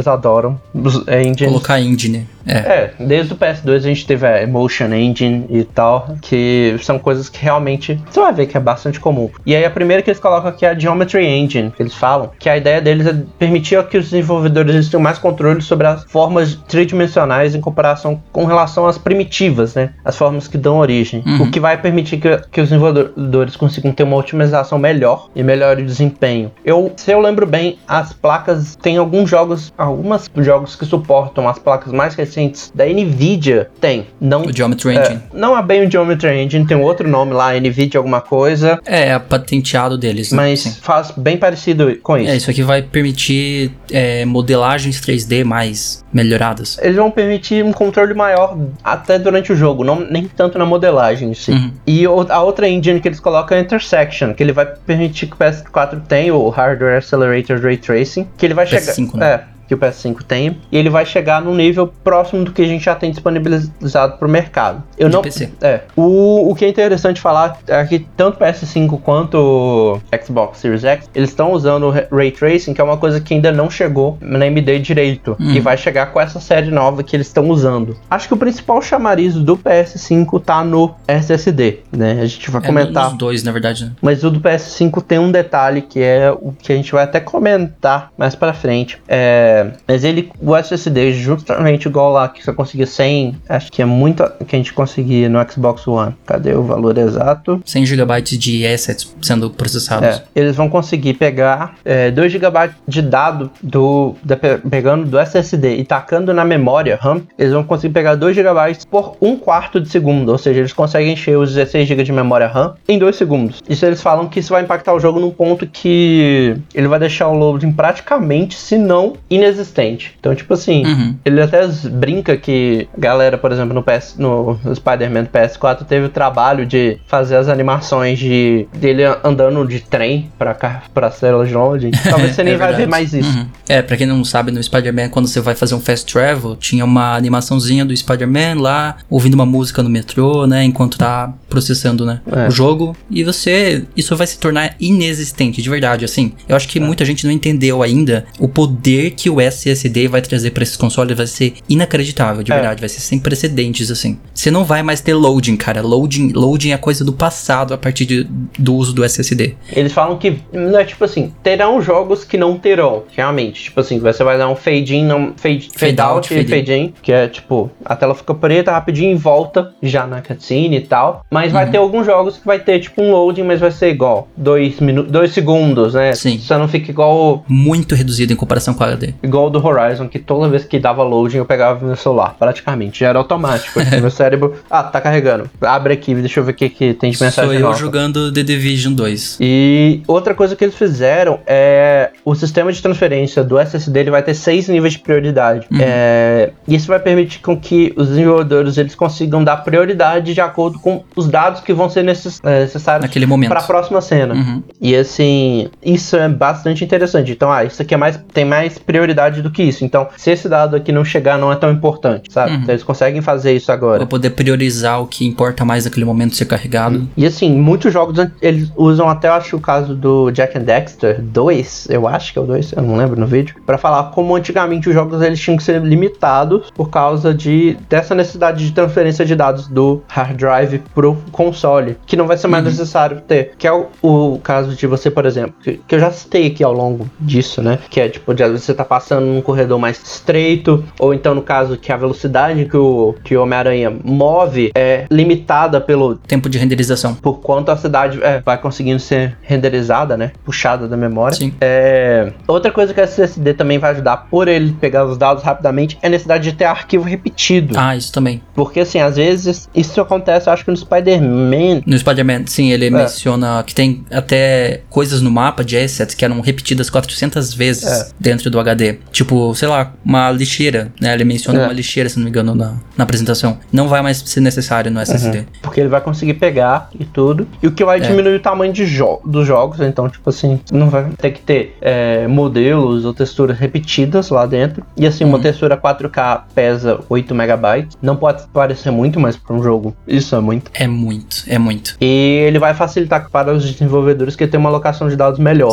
adoram. Os engines. Colocar engine, é. É, desde o P S dois a gente teve a Emotion Engine e tal, que são coisas que realmente você vai ver que é bastante comum. E aí a primeira que eles colocam aqui é a Geometry Engine, que eles falam, que a ideia deles é permitir que os desenvolvedores tenham mais controle sobre as formas tridimensionais em comparação com relação às primitivas, né? As formas que dão origem. Uhum. O que vai permitir que, que os desenvolvedores consigam ter uma otimização melhor e melhore o desempenho. Eu, se eu lembro bem, as placas, tem alguns jogos, algumas jogos que suportam as placas mais recentes da Nvidia, tem. Não, o Geometry Engine. É, não é bem o Geometry Engine, tem um outro nome lá, Nvidia alguma coisa. É, é patenteado deles, né? Mas sim, faz bem parecido com isso. É, isso aqui vai permitir é, modelagens três D mais melhoradas. Eles vão permitir um controle maior até durante o jogo, não, nem tanto na modelagem em si. Uhum. E a outra engine que eles colocam é Intersection, que ele vai permitir que o P S quatro tenha o Hardware Accelerated Ray Tracing, que ele vai P S cinco, chegar... né? É, que o P S cinco tem, e ele vai chegar num nível próximo do que a gente já tem disponibilizado para o mercado. Eu de não, P C. É, o, o que é interessante falar é que tanto o P S cinco quanto o Xbox Series X, eles estão usando o Ray Tracing, que é uma coisa que ainda não chegou na A M D direito, hum. e vai chegar com essa série nova que eles estão usando. Acho que o principal chamariz do P S cinco tá no S S D, né? A gente vai é comentar. Os dois, na verdade, né? Mas o do P S cinco tem um detalhe que é o que a gente vai até comentar mais pra frente. É... Mas ele, o S S D, justamente igual lá que você conseguia cem, acho que é muito que a gente conseguia no Xbox One. Cadê o valor exato? cem gigabytes de assets sendo processados. É, eles vão conseguir pegar é, dois gigabytes de dado do, da, pegando do S S D e tacando na memória RAM, eles vão conseguir pegar dois gigabytes por um quarto de segundo, ou seja, eles conseguem encher os dezesseis gigabytes de memória RAM em dois segundos. Isso eles falam que isso vai impactar o jogo num ponto que ele vai deixar o loading praticamente, se não inexistente. Então, tipo assim, uhum. ele até brinca que a galera, por exemplo, no, P S, no Spider-Man do P S quatro teve o trabalho de fazer as animações de dele andando de trem pra, pra células de loading. Talvez você nem é vai ver mais isso. Uhum. É, pra quem não sabe, no Spider-Man, quando você vai fazer um fast travel, tinha uma animaçãozinha do Spider-Man lá, ouvindo uma música no metrô, né, enquanto tá processando, né, é. o jogo, e você, isso vai se tornar inexistente, de verdade, assim. Eu acho que é. muita gente não entendeu ainda o poder que o S S D vai trazer pra esses consoles, vai ser inacreditável, de é. verdade, vai ser sem precedentes, assim. Você não vai mais ter loading, cara, loading, loading é coisa do passado a partir de, do uso do S S D. Eles falam que, não é tipo assim, terão jogos que não terão, realmente, tipo assim, você vai dar um fade in, não, fade, fade, fade out, out e fade, fade in. in, que é tipo, a tela fica preta rapidinho e volta já na cutscene e tal, mas uhum. vai ter alguns jogos que vai ter tipo um loading, mas vai ser igual, dois, minu- dois segundos, né? Sim. Você não fica igual... Muito reduzido em comparação com a H D. Igual o do Horizon, que toda vez que dava loading eu pegava meu celular, praticamente, já era automático, assim, meu cérebro, ah, tá carregando, abre aqui, deixa eu ver o que, que tem de mensagem Sou eu nova. jogando The Division dois. E outra coisa que eles fizeram é o sistema de transferência do S S D, ele vai ter seis níveis de prioridade. Uhum. É, isso vai permitir com que os desenvolvedores eles consigam dar prioridade de acordo com os dados que vão ser necess, é, necessários naquele momento para a próxima cena. Uhum. E assim, isso é bastante interessante. Então, ah, isso aqui é mais, tem mais prioridade do que isso. Então, se esse dado aqui não chegar, não é tão importante, sabe? Uhum. Então, eles conseguem fazer isso agora. Pra poder priorizar o que importa mais naquele momento ser carregado. E assim, muitos jogos eles usam até, eu acho, o caso do Jak and Daxter dois, eu acho que é o dois, eu não lembro no vídeo, pra falar como antigamente os jogos eles tinham que ser limitados por causa de, dessa necessidade de transferência de dados do hard drive pro console, que não vai ser mais uhum. necessário ter. Que é o, o caso de você, por exemplo, que, que eu já citei aqui ao longo disso, né? Que é tipo, de às vezes você tá passando num corredor mais estreito, ou então no caso que a velocidade que o, que o Homem-Aranha move é limitada pelo tempo de renderização. Por quanto a cidade é, vai conseguindo ser renderizada, né? Puxada da memória. Sim. É, outra coisa que o S S D também vai ajudar, por ele pegar os dados rapidamente, é a necessidade de ter arquivo repetido. Ah, isso também. Porque assim, às vezes, isso acontece, eu acho que no Spider-Man. No Spider-Man, sim, ele é. menciona que tem até coisas no mapa de assets que eram repetidas quatrocentas vezes é. dentro do H D. Tipo, sei lá, uma lixeira, né? Ele menciona é. uma lixeira, se não me engano, na, na apresentação. Não vai mais ser necessário no S S D. Uhum. Porque ele vai conseguir pegar e tudo. E o que vai é. diminuir o tamanho de jo- dos jogos. Então, tipo assim, não vai ter que ter é, modelos ou texturas repetidas lá dentro. E assim, uhum. uma textura quatro K pesa oito megabytes. Não pode parecer muito, mas para um jogo, isso é muito. É muito, é muito. E ele vai facilitar para os desenvolvedores que tem uma alocação de dados melhor. Sim.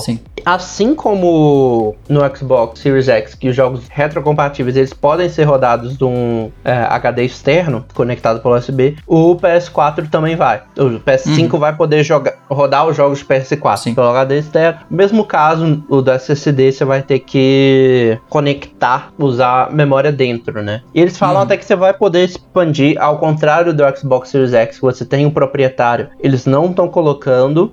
assim como no Xbox Series X, que os jogos retrocompatíveis eles podem ser rodados de um é, H D externo conectado pelo U S B, o P S quatro também vai. O P S cinco uhum. vai poder jogar, rodar os jogos de P S quatro Sim. pelo H D externo. Mesmo caso, o do S S D você vai ter que conectar, usar memória dentro, né? E eles falam uhum. até que você vai poder expandir, ao contrário do Xbox Series X, que você tem um proprietário. Eles não estão colocando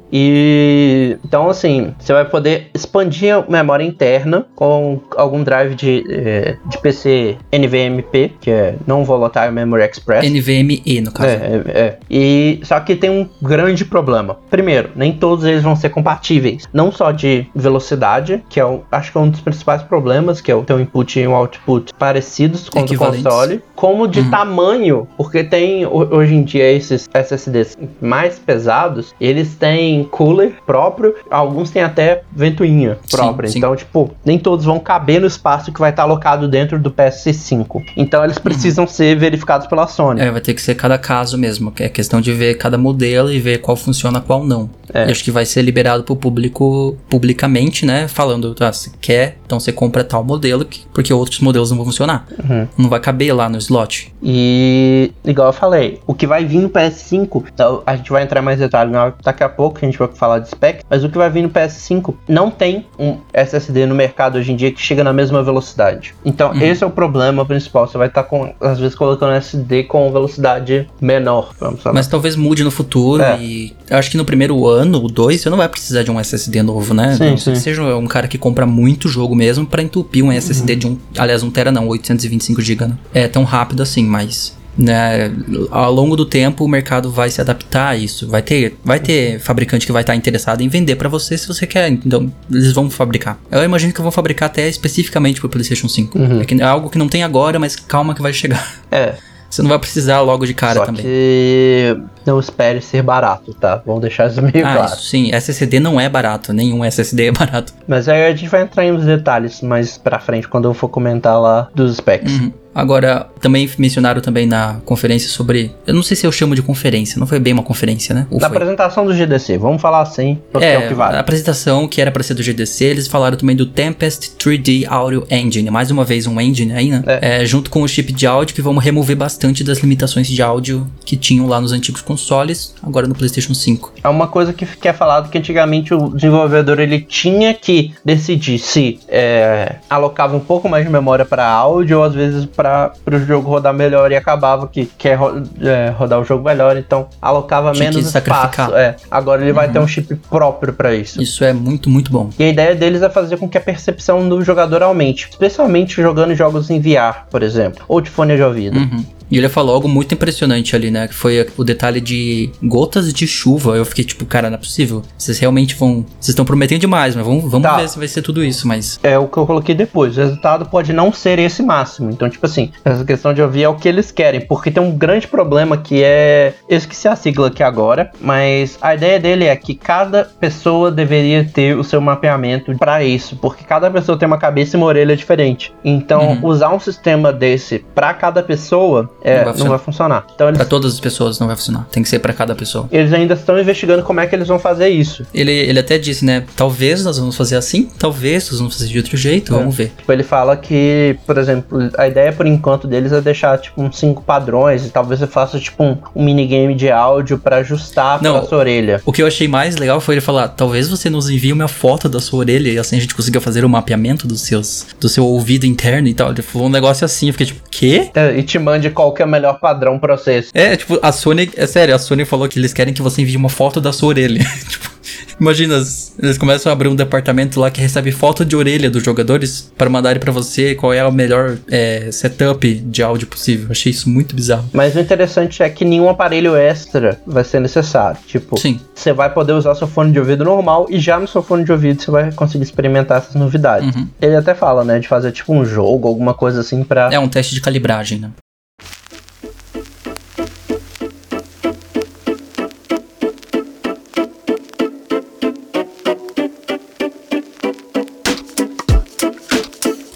e... Então, assim, você vai poder expandir a memória interna com algum drive de, de P C N V M e, que é Non-Volatile Memory Express. N V M e, no caso. É, é, é. E, só que tem um grande problema. Primeiro, nem todos eles vão ser compatíveis. Não só de velocidade, que é o, acho que é um dos principais problemas, que é o teu input e o output parecidos com o do console, como de uhum. tamanho, porque tem, hoje em dia, esses S S Ds mais pesados, eles têm cooler próprio, alguns têm até ventoinha própria. Sim, sim. Então, tipo, nem todos vão caber no espaço que vai estar alocado dentro do P S cinco. Então, eles precisam uhum. ser verificados pela Sony. É, vai ter que ser cada caso mesmo, que é questão de ver cada modelo e ver qual funciona, qual não. É. E acho que vai ser liberado pro público publicamente, né? Falando, ah, se quer, então você compra tal modelo, porque outros modelos não vão funcionar. Uhum. Não vai caber lá no slot. E, igual eu falei, o que vai vir no P S cinco, então, a gente vai entrar em mais detalhes daqui a pouco, que a gente vai falar de spec, mas o que vai vir no P S cinco não tem um S S D no mercado hoje em dia que chega na mesma velocidade. Então, uhum. esse é o problema principal. Você vai estar, com, às vezes, colocando S S D com velocidade menor. Vamos falar. Mas talvez mude no futuro é. e eu acho que no primeiro ano, o dois, você não vai precisar de um S S D novo, né? Sim, não sim. seja um cara que compra muito jogo mesmo pra entupir um S S D uhum. de um... Aliás, um tera não, oitocentos e vinte e cinco gigas. Né? É tão rápido assim, mas... Né, ao longo do tempo o mercado vai se adaptar a isso. Vai ter, vai ter fabricante que vai estar interessado em vender pra você se você quer. Então, eles vão fabricar. Eu imagino que vão fabricar até especificamente pro PlayStation cinco. Uhum. É, que é algo que não tem agora, mas calma que vai chegar. É. Você não vai precisar logo de cara Só também. Que não espere ser barato, tá? Vamos deixar isso meio ah, claro. Isso, sim, S S D não é barato. Nenhum S S D é barato. Mas aí a gente vai entrar em uns detalhes mais pra frente, quando eu for comentar lá dos specs. Uhum. Agora, também mencionaram também na conferência sobre... Eu não sei se eu chamo de conferência, não foi bem uma conferência, né? Ou na foi? apresentação do G D C, vamos falar assim, porque é, é o que vale. A apresentação que era para ser do G D C, eles falaram também do Tempest três D Audio Engine, mais uma vez um engine aí, né? É. É, junto com o chip de áudio, que vão remover bastante das limitações de áudio que tinham lá nos antigos consoles, agora no PlayStation cinco. É uma coisa que, que é falado que antigamente o desenvolvedor ele tinha que decidir se é, alocava um pouco mais de memória para áudio ou às vezes para o jogo rodar melhor e acabava que quer ro- é, rodar o jogo melhor, então alocava tinha menos espaço. É, agora ele uhum. vai ter um chip próprio para isso. Isso é muito, muito bom. E a ideia deles é fazer com que a percepção do jogador aumente, especialmente jogando jogos em V R, por exemplo, ou de fone de ouvido. Uhum. E ele falou algo muito impressionante ali, né? Que foi o detalhe de gotas de chuva. Eu fiquei tipo, cara, não é possível. Vocês realmente vão... Vocês estão prometendo demais, mas vamos, vamos tá. ver se vai ser tudo isso, mas... É o que eu coloquei depois. O resultado pode não ser esse máximo. Então, tipo assim, essa questão de ouvir é o que eles querem. Porque tem um grande problema que é... Eu esqueci a sigla aqui agora, mas a ideia dele é que cada pessoa deveria ter o seu mapeamento pra isso. Porque cada pessoa tem uma cabeça e uma orelha diferente. Então, uhum. usar um sistema desse pra cada pessoa... É, não vai, não vai funcionar. Então, eles... Pra todas as pessoas não vai funcionar. Tem que ser pra cada pessoa. Eles ainda estão investigando como é que eles vão fazer isso. Ele, ele até disse, né? Talvez nós vamos fazer assim, talvez nós vamos fazer de outro jeito, é. vamos ver. Tipo, ele fala que, por exemplo, a ideia por enquanto deles é deixar, tipo, uns cinco padrões e talvez você faça, tipo, um, um minigame de áudio pra ajustar não, pra sua orelha. O que eu achei mais legal foi ele falar, talvez você nos envie uma foto da sua orelha e assim a gente consiga fazer o mapeamento dos seus, do seu ouvido interno e tal. Ele falou um negócio assim, eu fiquei tipo, quê? É, e te mande qual que é o melhor padrão pra vocês. É, tipo, a Sony, é sério, a Sony falou que eles querem que você envie uma foto da sua orelha. Tipo, imagina, eles começam a abrir um departamento lá que recebe foto de orelha dos jogadores para mandarem pra você qual é o melhor é, setup de áudio possível. Achei isso muito bizarro. Mas o interessante é que nenhum aparelho extra vai ser necessário. Tipo, Sim. você vai poder usar seu fone de ouvido normal e já no seu fone de ouvido você vai conseguir experimentar essas novidades. Uhum. Ele até fala, né, de fazer tipo um jogo, alguma coisa assim pra... É um teste de calibragem, né?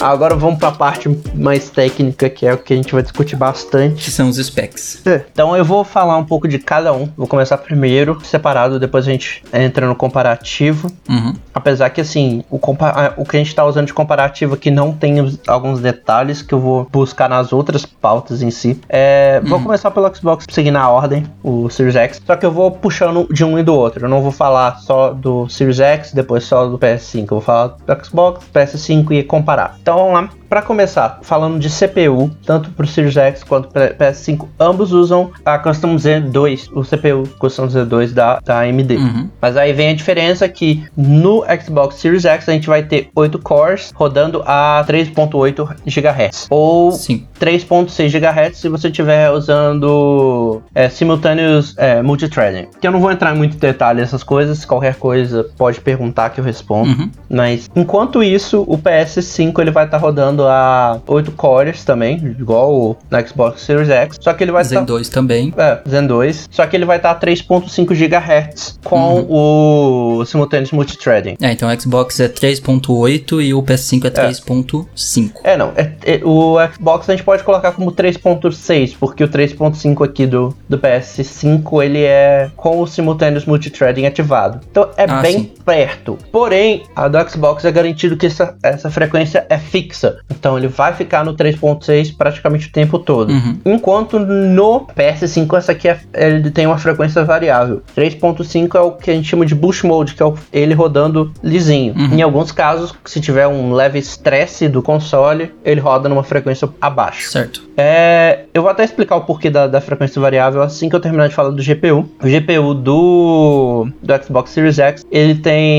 Agora vamos pra parte mais técnica, que é o que a gente vai discutir bastante. Que são os specs. É. Então eu vou falar um pouco de cada um. Vou começar primeiro, separado, depois a gente entra no comparativo. Uhum. Apesar que, assim, o, compa- o que a gente tá usando de comparativo aqui não tem os- alguns detalhes que eu vou buscar nas outras pautas em si. É, Vou começar pelo Xbox, seguindo a ordem, o Series X. Só que eu vou puxando de um e do outro. Eu não vou falar só do Series X, depois só do P S cinco. Eu vou falar do Xbox, P S cinco e comparar. Então vamos lá. Pra começar, falando de C P U, tanto pro Series X quanto pro P S cinco, ambos usam a Custom Z dois, o C P U Custom Z dois da, da A M D. Uhum. Mas aí vem a diferença que no Xbox Series X a gente vai ter oito cores rodando a três ponto oito gigahertz. Ou Sim. três ponto seis gigahertz se você estiver usando é, simultaneous é, multithreading. Que eu não vou entrar em muito detalhe nessas coisas, qualquer coisa pode perguntar que eu respondo. Uhum. Mas enquanto isso, o P S cinco ele vai estar rodando a oito cores também, igual o no Xbox Series X, só que ele vai Zen estar dois também. é, Zen dois, só que ele vai estar a três ponto cinco gigahertz com o simultaneous multithreading. É, então o Xbox é três ponto oito e o P S cinco é três ponto cinco. É, não. É, é, o Xbox a gente pode colocar como três ponto seis, porque o três ponto cinco aqui do, do P S cinco ele é com o simultaneous multithreading ativado. Então é Ah, bem sim. perto. Porém, a do Xbox é garantido que essa, essa frequência é fixa. Então ele vai ficar no três ponto seis praticamente o tempo todo. Uhum. Enquanto no P S cinco essa aqui é, ele tem uma frequência variável. três ponto cinco é o que a gente chama de Boost Mode, que é o, ele rodando lisinho. Uhum. Em alguns casos, se tiver um leve estresse do console, ele roda numa frequência abaixo. Certo. É, eu vou até explicar o porquê da, da frequência variável assim que eu terminar de falar do G P U. O G P U do, do Xbox Series X, ele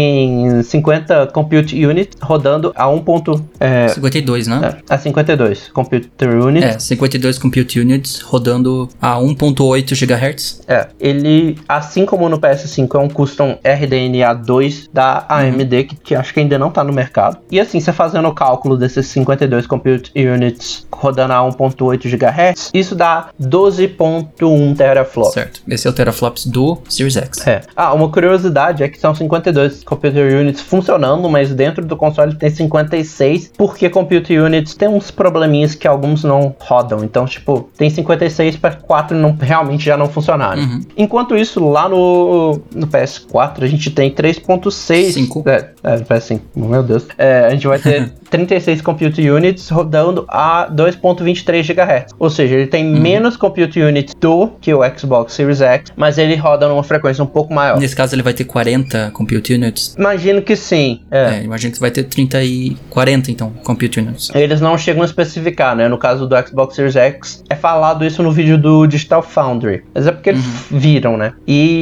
tem cinquenta Compute Units rodando a um. É, cinquenta e dois, né? é, a cinquenta e dois Computer Units. É, cinquenta e dois Compute Units rodando a um ponto oito gigahertz. É, ele, assim como no P S cinco, é um custom R D N A dois da A M D, que, que acho que ainda não tá no mercado. E assim, você fazendo o cálculo desses cinquenta e dois Compute Units rodando a um ponto oito gigahertz, isso dá doze ponto um teraflops. Certo. Esse é o teraflops do Series X. É. Ah, uma curiosidade é que são cinquenta e dois Computer Units funcionando, mas dentro do console tem cinquenta e seis, porque Computer Units tem uns probleminhas que alguns não rodam. Então, tipo, tem cinquenta e seis para quatro não, realmente já não funcionarem. Uhum. Enquanto isso, lá no, no P S quatro, a gente tem três ponto seis. Cinco. É, é, P S cinco, meu Deus. É, a gente vai ter trinta e seis Compute Units rodando a dois ponto vinte e três gigahertz. Ou seja, ele tem Uhum. menos Compute Units do que o Xbox Series X, mas ele roda numa frequência um pouco maior. Nesse caso ele vai ter quarenta Compute Units. Imagino que sim. É. É, imagino que vai ter trinta e quarenta, então, Compute Units. Eles não chegam a especificar, né? No caso do Xbox Series X, é falado isso no vídeo do Digital Foundry. Mas é porque eles viram, né?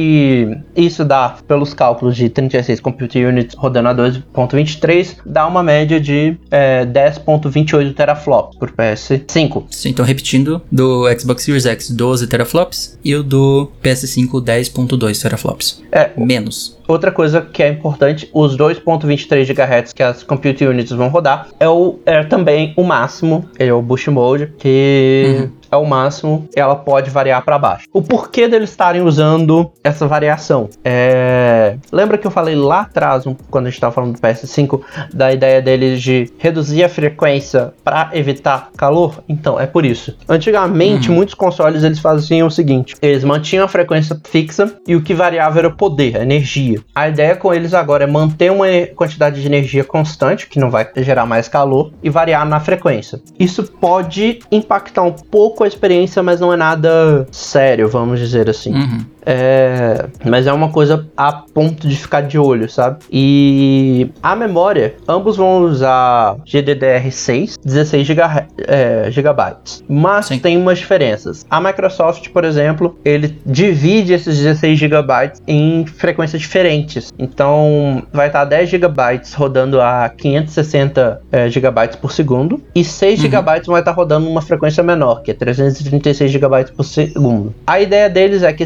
E isso dá, pelos cálculos de trinta e seis Compute Units rodando a dois ponto vinte e três, dá uma média de é, dez ponto vinte e oito teraflops por P S cinco. Sim, então repetindo, do Xbox Series X doze teraflops e o do P S cinco dez ponto dois teraflops. É, Menos. outra coisa que é importante, os dois ponto vinte e três gigahertz que as Compute Units vão rodar é, o, é também o máximo, é o Boost Mode, que Uhum. é o máximo, ela pode variar para baixo. O porquê deles estarem usando essa variação? É... Lembra que eu falei lá atrás, um, quando a gente estava falando do P S cinco, da ideia deles de reduzir a frequência para evitar calor? Então, é por isso. Antigamente, Uhum. muitos consoles eles faziam o seguinte, eles mantinham a frequência fixa e o que variava era o poder, a energia. A ideia com eles agora é manter uma quantidade de energia constante, que não vai gerar mais calor, e variar na frequência. Isso pode impactar um pouco a experiência, mas não é nada sério, vamos dizer assim. Uhum. É, mas é uma coisa a ponto de ficar de olho, sabe? E a memória, ambos vão usar G D D R seis, dezesseis gigabytes. Mas Sim. tem umas diferenças. A Microsoft, por exemplo, ele divide esses dezesseis gigabytes em frequências diferentes. Então, vai estar dez gigabytes rodando a quinhentos e sessenta é, gigabytes por segundo e seis Uhum. gigabytes vai estar rodando uma frequência menor, que é trezentos e trinta e seis gigabytes por segundo. A ideia deles é que esses dez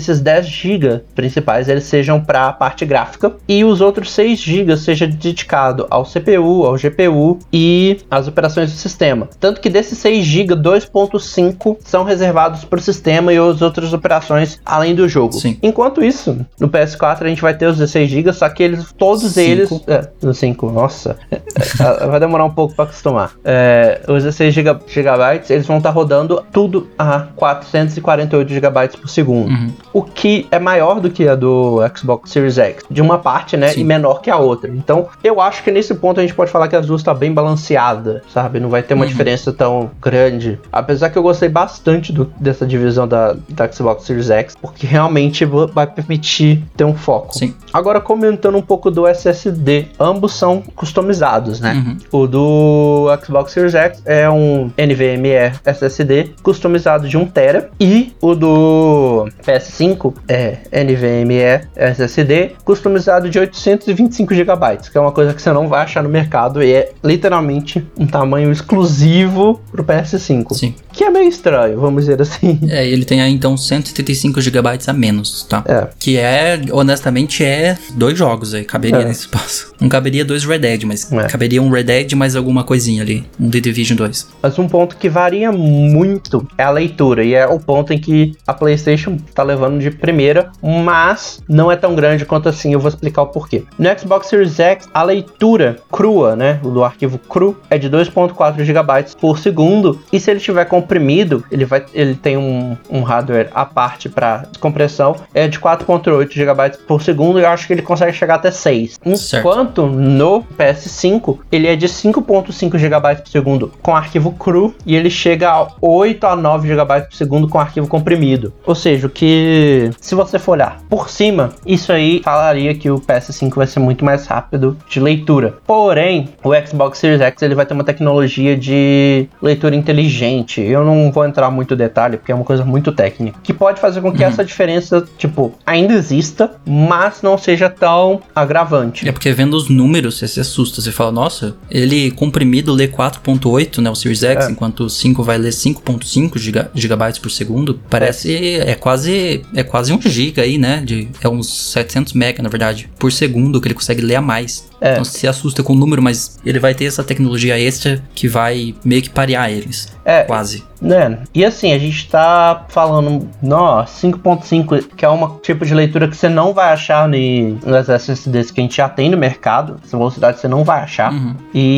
gigas principais eles sejam para a parte gráfica e os outros seis gigas seja dedicado ao C P U, ao G P U e às operações do sistema. Tanto que desses seis gigas, dois ponto cinco são reservados para o sistema e as outras operações além do jogo. Sim. Enquanto isso, no P S quatro a gente vai ter os dezesseis gigas, só que eles, todos cinco. eles... É, no cinco, nossa. Vai demorar um pouco para acostumar. É, os dezesseis gigabytes, eles vão estar tá rodando tudo a quatrocentos e quarenta e oito gigabytes por segundo. Uhum. O que é maior do que a do Xbox Series X, de uma parte, né, Sim. e menor que a outra. Então, eu acho que nesse ponto a gente pode falar que as duas estão bem balanceadas, sabe? Não vai ter uma uhum. diferença tão grande. Apesar que eu gostei bastante do, dessa divisão da, da Xbox Series X, porque realmente vai permitir ter um foco. Sim. Agora, comentando um pouco do S S D, ambos são customizados, né? Uhum. O do Xbox Series X é um NVMe S S D customizado de um tera e o do P S cinco é NVMe S S D customizado de oitocentos e vinte e cinco gigabytes, que é uma coisa que você não vai achar no mercado e é literalmente um tamanho exclusivo pro P S cinco. Sim. Que é meio estranho, vamos dizer assim. É, ele tem aí então cento e trinta e cinco gigabytes a menos, tá? É. Que é, honestamente, é dois jogos aí, caberia é. nesse espaço. Não caberia dois Red Dead, mas é. caberia um Red Dead mais alguma coisinha ali, um The Division dois. Mas um ponto que varia muito é a leitura, e é o ponto em que a PlayStation tá levando de primeira, mas não é tão grande quanto assim, eu vou explicar o porquê. No Xbox Series X, a leitura crua, né, do arquivo cru, é de dois ponto quatro gigabytes por segundo, e se ele estiver comprimido, ele, vai, ele tem um, um hardware à parte para compressão, é de quatro ponto oito gigabytes por segundo, e eu acho que ele consegue chegar até seis. Enquanto no P S cinco, ele é de cinco ponto cinco gigabytes por segundo com arquivo cru, e ele chega a oito a nove gigabytes por segundo com arquivo comprimido. Ou seja, o que, se você for olhar por cima, isso aí falaria que o P S cinco vai ser muito mais rápido de leitura. Porém, o Xbox Series X ele vai ter uma tecnologia de leitura inteligente. Eu não vou entrar muito em detalhe, porque é uma coisa muito técnica, que pode fazer com que uhum. essa diferença, tipo, ainda exista, mas não seja tão agravante. É porque vendo os números, você se assusta. Você fala, nossa, ele comprimido lê quatro ponto oito, né, o Series X, é. enquanto o cinco vai ler cinco ponto cinco giga, gigabytes por segundo. Parece, é, é quase é quase um giga aí, né, de, é uns setecentos mega, na verdade, por segundo que ele consegue ler a mais. É. Então se assusta com o número, mas ele vai ter essa tecnologia extra que vai meio que parear eles. É, quase. Né? E assim, a gente tá falando, nó, cinco ponto cinco, que é um tipo de leitura que você não vai achar nas S S Ds que a gente já tem no mercado. Essa velocidade você não vai achar. Uhum.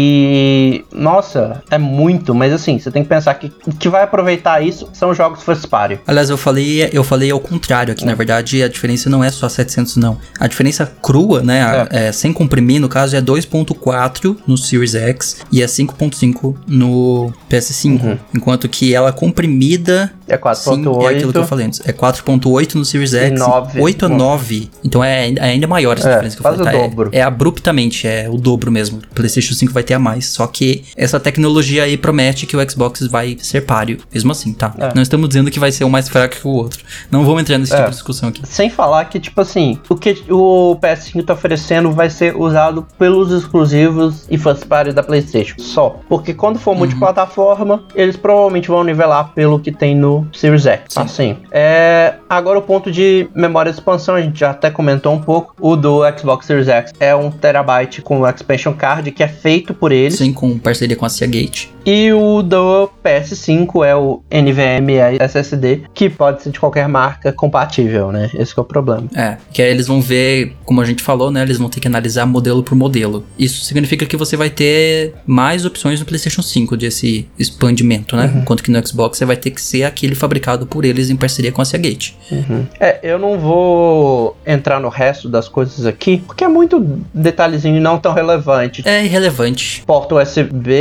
E, nossa, é muito, mas assim, você tem que pensar que o que vai aproveitar isso são jogos first party. Aliás, eu falei, eu falei ao contrário aqui, é. na verdade, a diferença não é só setecentos, não. A diferença crua, né, é. É, sem comprimir, no caso, é dois ponto quatro no Series X e é cinco ponto cinco no P S cinco. Uhum. Enquanto que ela comprimida é quatro ponto oito. Sim, é aquilo que eu falei antes. É quatro ponto oito no Series X, nove, oito a nove. Então é ainda maior essa é, diferença que eu falei. Tá? O dobro. É, é abruptamente, é o dobro mesmo. O PlayStation cinco vai ter a mais. Só que essa tecnologia aí promete que o Xbox vai ser páreo. Mesmo assim, tá? É. Não estamos dizendo que vai ser um mais fraco que o outro. Não vamos entrar nesse é. tipo de discussão aqui. Sem falar que, tipo assim, o que o P S cinco tá oferecendo vai ser usado pelos exclusivos e first party da PlayStation. Só. Porque quando for uhum. multiplataforma, eles provavelmente vão nivelar pelo que tem no Series X. Sim. Assim. É, agora o ponto de memória de expansão, a gente já até comentou um pouco. O do Xbox Series X é um terabyte com o Expansion Card, que é feito por eles. Sim, com parceria com a Seagate. E o do P S cinco é o NVMe S S D, que pode ser de qualquer marca compatível, né? Esse que é o problema. É, que aí eles vão ver, como a gente falou, né? Eles vão ter que analisar modelo por modelo. Isso significa que você vai ter mais opções no PlayStation cinco desse expandimento, né? Uhum. Enquanto que no Xbox você vai ter que ser aquele fabricado por eles em parceria com a Seagate. Uhum. É, eu não vou entrar no resto das coisas aqui, porque é muito detalhezinho e não tão relevante. É irrelevante. Porta U S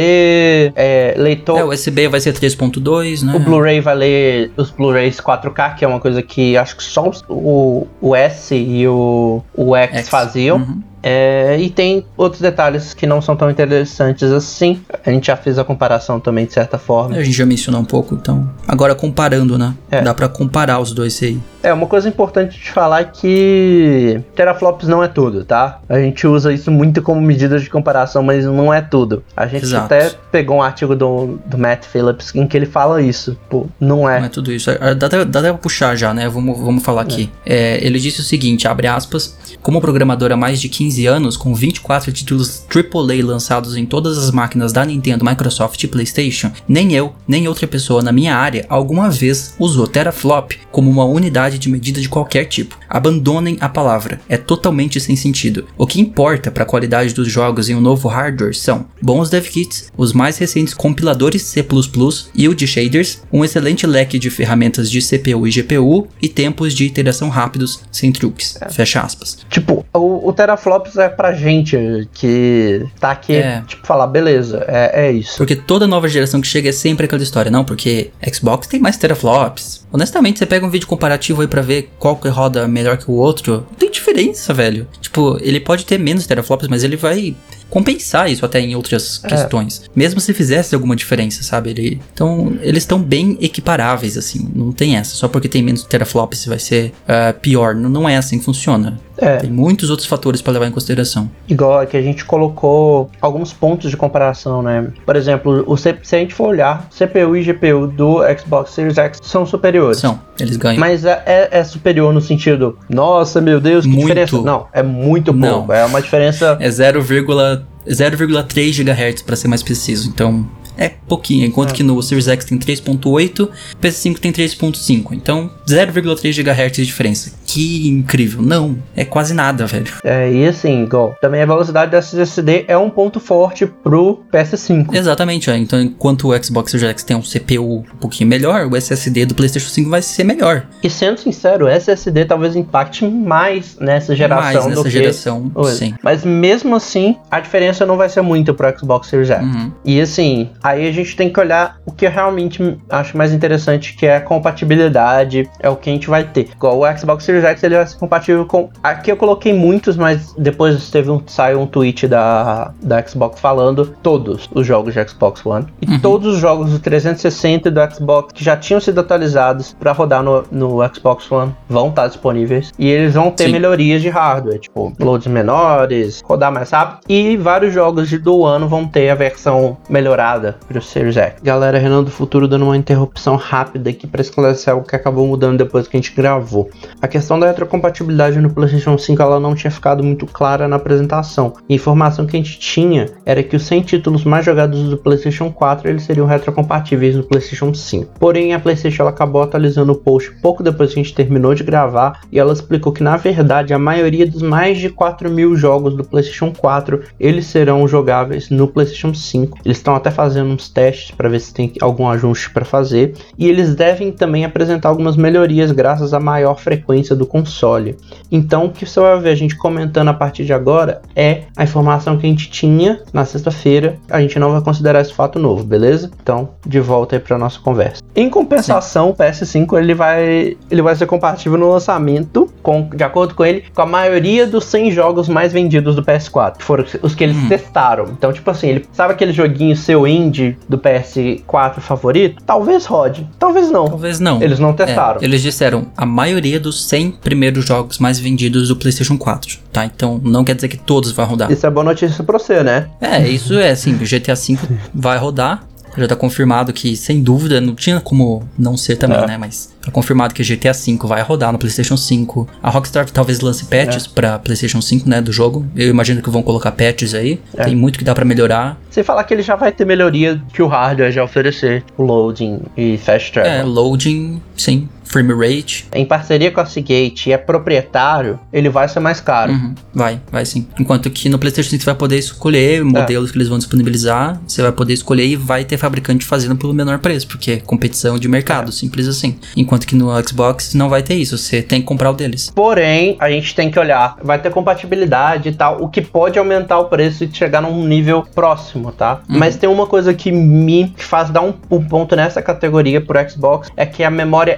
B, é, leitor... É, o U S B vai ser três ponto dois, né? O Blu-ray vai ler os Blu-rays quatro K, que é uma coisa que acho que só o, o S e o, o X, X. faziam. Uhum. É, e tem outros detalhes que não são tão interessantes assim. A gente já fez a comparação também, de certa forma. A gente já mencionou um pouco, então. Agora comparando, né? É. Dá pra comparar os dois aí. É, uma coisa importante de falar é que teraflops não é tudo, tá? A gente usa isso muito como medida de comparação, mas não é tudo. A gente Exato. até pegou um artigo do, do Matt Phillips em que ele fala isso. Pô, não é. Não é tudo isso. Dá até, dá até pra puxar já, né? Vamos, vamos falar aqui. É, ele disse o seguinte, abre aspas, como programador há mais de quinze anos, com vinte e quatro títulos triplo A lançados em todas as máquinas da Nintendo, Microsoft e PlayStation, nem eu, nem outra pessoa na minha área alguma vez usou teraflop como uma unidade de medida de qualquer tipo. Abandonem a palavra. É totalmente sem sentido. O que importa para a qualidade dos jogos em um novo hardware são bons dev kits, os mais recentes compiladores C plus plus e o de shaders, um excelente leque de ferramentas de C P U e G P U e tempos de iteração rápidos, sem truques. É. Fecha aspas. Tipo, o, o teraflops é pra gente que tá aqui, é. tipo, falar, beleza, é, é isso. Porque toda nova geração que chega é sempre aquela história, não, porque Xbox tem mais teraflops. Honestamente, você pega um vídeo comparativo aí pra ver qual que roda melhor que o outro, não tem diferença, velho. Tipo, ele pode ter menos teraflops, mas ele vai compensar isso até em outras é. questões. Mesmo se fizesse alguma diferença, sabe? Ele, então, eles estão bem equiparáveis, assim. Não tem essa. Só porque tem menos teraflops vai ser uh, pior. Não, não é assim que funciona. É. Tem muitos outros fatores para levar em consideração. Igual que a gente colocou alguns pontos de comparação, né? Por exemplo, o C- se a gente for olhar, C P U e G P U do Xbox Series X são superiores. São, eles ganham. Mas é, é, é superior no sentido, nossa, meu Deus, que muito. diferença. Não, é muito pouco. Não. É uma diferença... É zero vírgula três gigahertz para ser mais preciso. Então... é pouquinho, enquanto é. que no Series X tem três ponto oito, P S cinco tem três ponto cinco, então zero vírgula três gigahertz de diferença. Que incrível, não, é quase nada, velho. É, e assim, igual, também a velocidade da S S D é um ponto forte pro P S cinco. Exatamente, é. Então enquanto o Xbox Series X tem um C P U um pouquinho melhor, o S S D do PlayStation cinco vai ser melhor. E sendo sincero, o S S D talvez impacte mais nessa geração mais nessa do geração, que... sim. Mas mesmo assim, a diferença não vai ser muito pro Xbox Series X. Uhum. E assim, aí a gente tem que olhar o que eu realmente acho mais interessante, que é a compatibilidade, é o que a gente vai ter. Igual o Xbox Series X, ele vai ser compatível com... Aqui eu coloquei muitos, mas depois teve um, saiu um tweet da, da Xbox falando todos os jogos de Xbox One. E uhum. todos os jogos do trezentos e sessenta e do Xbox que já tinham sido atualizados para rodar no, no Xbox One vão estar disponíveis. E eles vão ter Sim. melhorias de hardware, tipo, loads menores, rodar mais rápido. E vários jogos de, do ano vão ter a versão melhorada pro Series X. Galera, Renan do Futuro dando uma interrupção rápida aqui para esclarecer algo que acabou mudando depois que a gente gravou. A questão da retrocompatibilidade no PlayStation cinco, ela não tinha ficado muito clara na apresentação. A informação que a gente tinha era que os cem títulos mais jogados do PlayStation quatro, eles seriam retrocompatíveis no PlayStation cinco. Porém, a PlayStation ela acabou atualizando o post pouco depois que a gente terminou de gravar, e ela explicou que, na verdade, a maioria dos mais de quatro mil jogos do PlayStation quatro, eles serão jogáveis no PlayStation cinco. Eles estão até fazendo uns testes para ver se tem algum ajuste para fazer, e eles devem também apresentar algumas melhorias graças à maior frequência do console. Então, o que você vai ver a gente comentando a partir de agora é a informação que a gente tinha na sexta-feira. A gente não vai considerar esse fato novo, beleza? Então, de volta aí para nossa conversa. Em compensação, Sim. o P S cinco ele vai, ele vai ser compatível no lançamento, com, de acordo com ele, com a maioria dos cem jogos mais vendidos do P S quatro, que foram os que eles hum. testaram. Então, tipo assim, ele sabe aquele joguinho seu indie do P S quatro favorito? Talvez rode, talvez não. Talvez não. Eles não testaram. É, eles disseram a maioria dos cem primeiros jogos mais vendidos do PlayStation quatro, tá? Então não quer dizer que todos vão rodar. Isso é boa notícia pra você, né? É, isso é assim, o G T A cinco vai rodar. Já tá confirmado que, sem dúvida, não tinha como não ser também, é. né? Mas tá confirmado que G T A cinco vai rodar no PlayStation cinco. A Rockstar talvez lance patches é. pra PlayStation cinco, né? Do jogo. Eu imagino que vão colocar patches aí. É. Tem muito que dá pra melhorar. Sem falar que ele já vai ter melhoria que o hardware já oferecer. O loading e fast travel. É, loading, sim. Frame rate. Em parceria com a Seagate e é proprietário, ele vai ser mais caro. Uhum, vai, vai sim. Enquanto que no PlayStation cinco você vai poder escolher modelos é. que eles vão disponibilizar, você vai poder escolher e vai ter fabricante fazendo pelo menor preço, porque é competição de mercado, é. simples assim. Enquanto que no Xbox não vai ter isso, você tem que comprar o deles. Porém, a gente tem que olhar, vai ter compatibilidade e tal, o que pode aumentar o preço e chegar num nível próximo, tá? Uhum. Mas tem uma coisa que me faz dar um, um ponto nessa categoria pro Xbox, é que a memória é externa.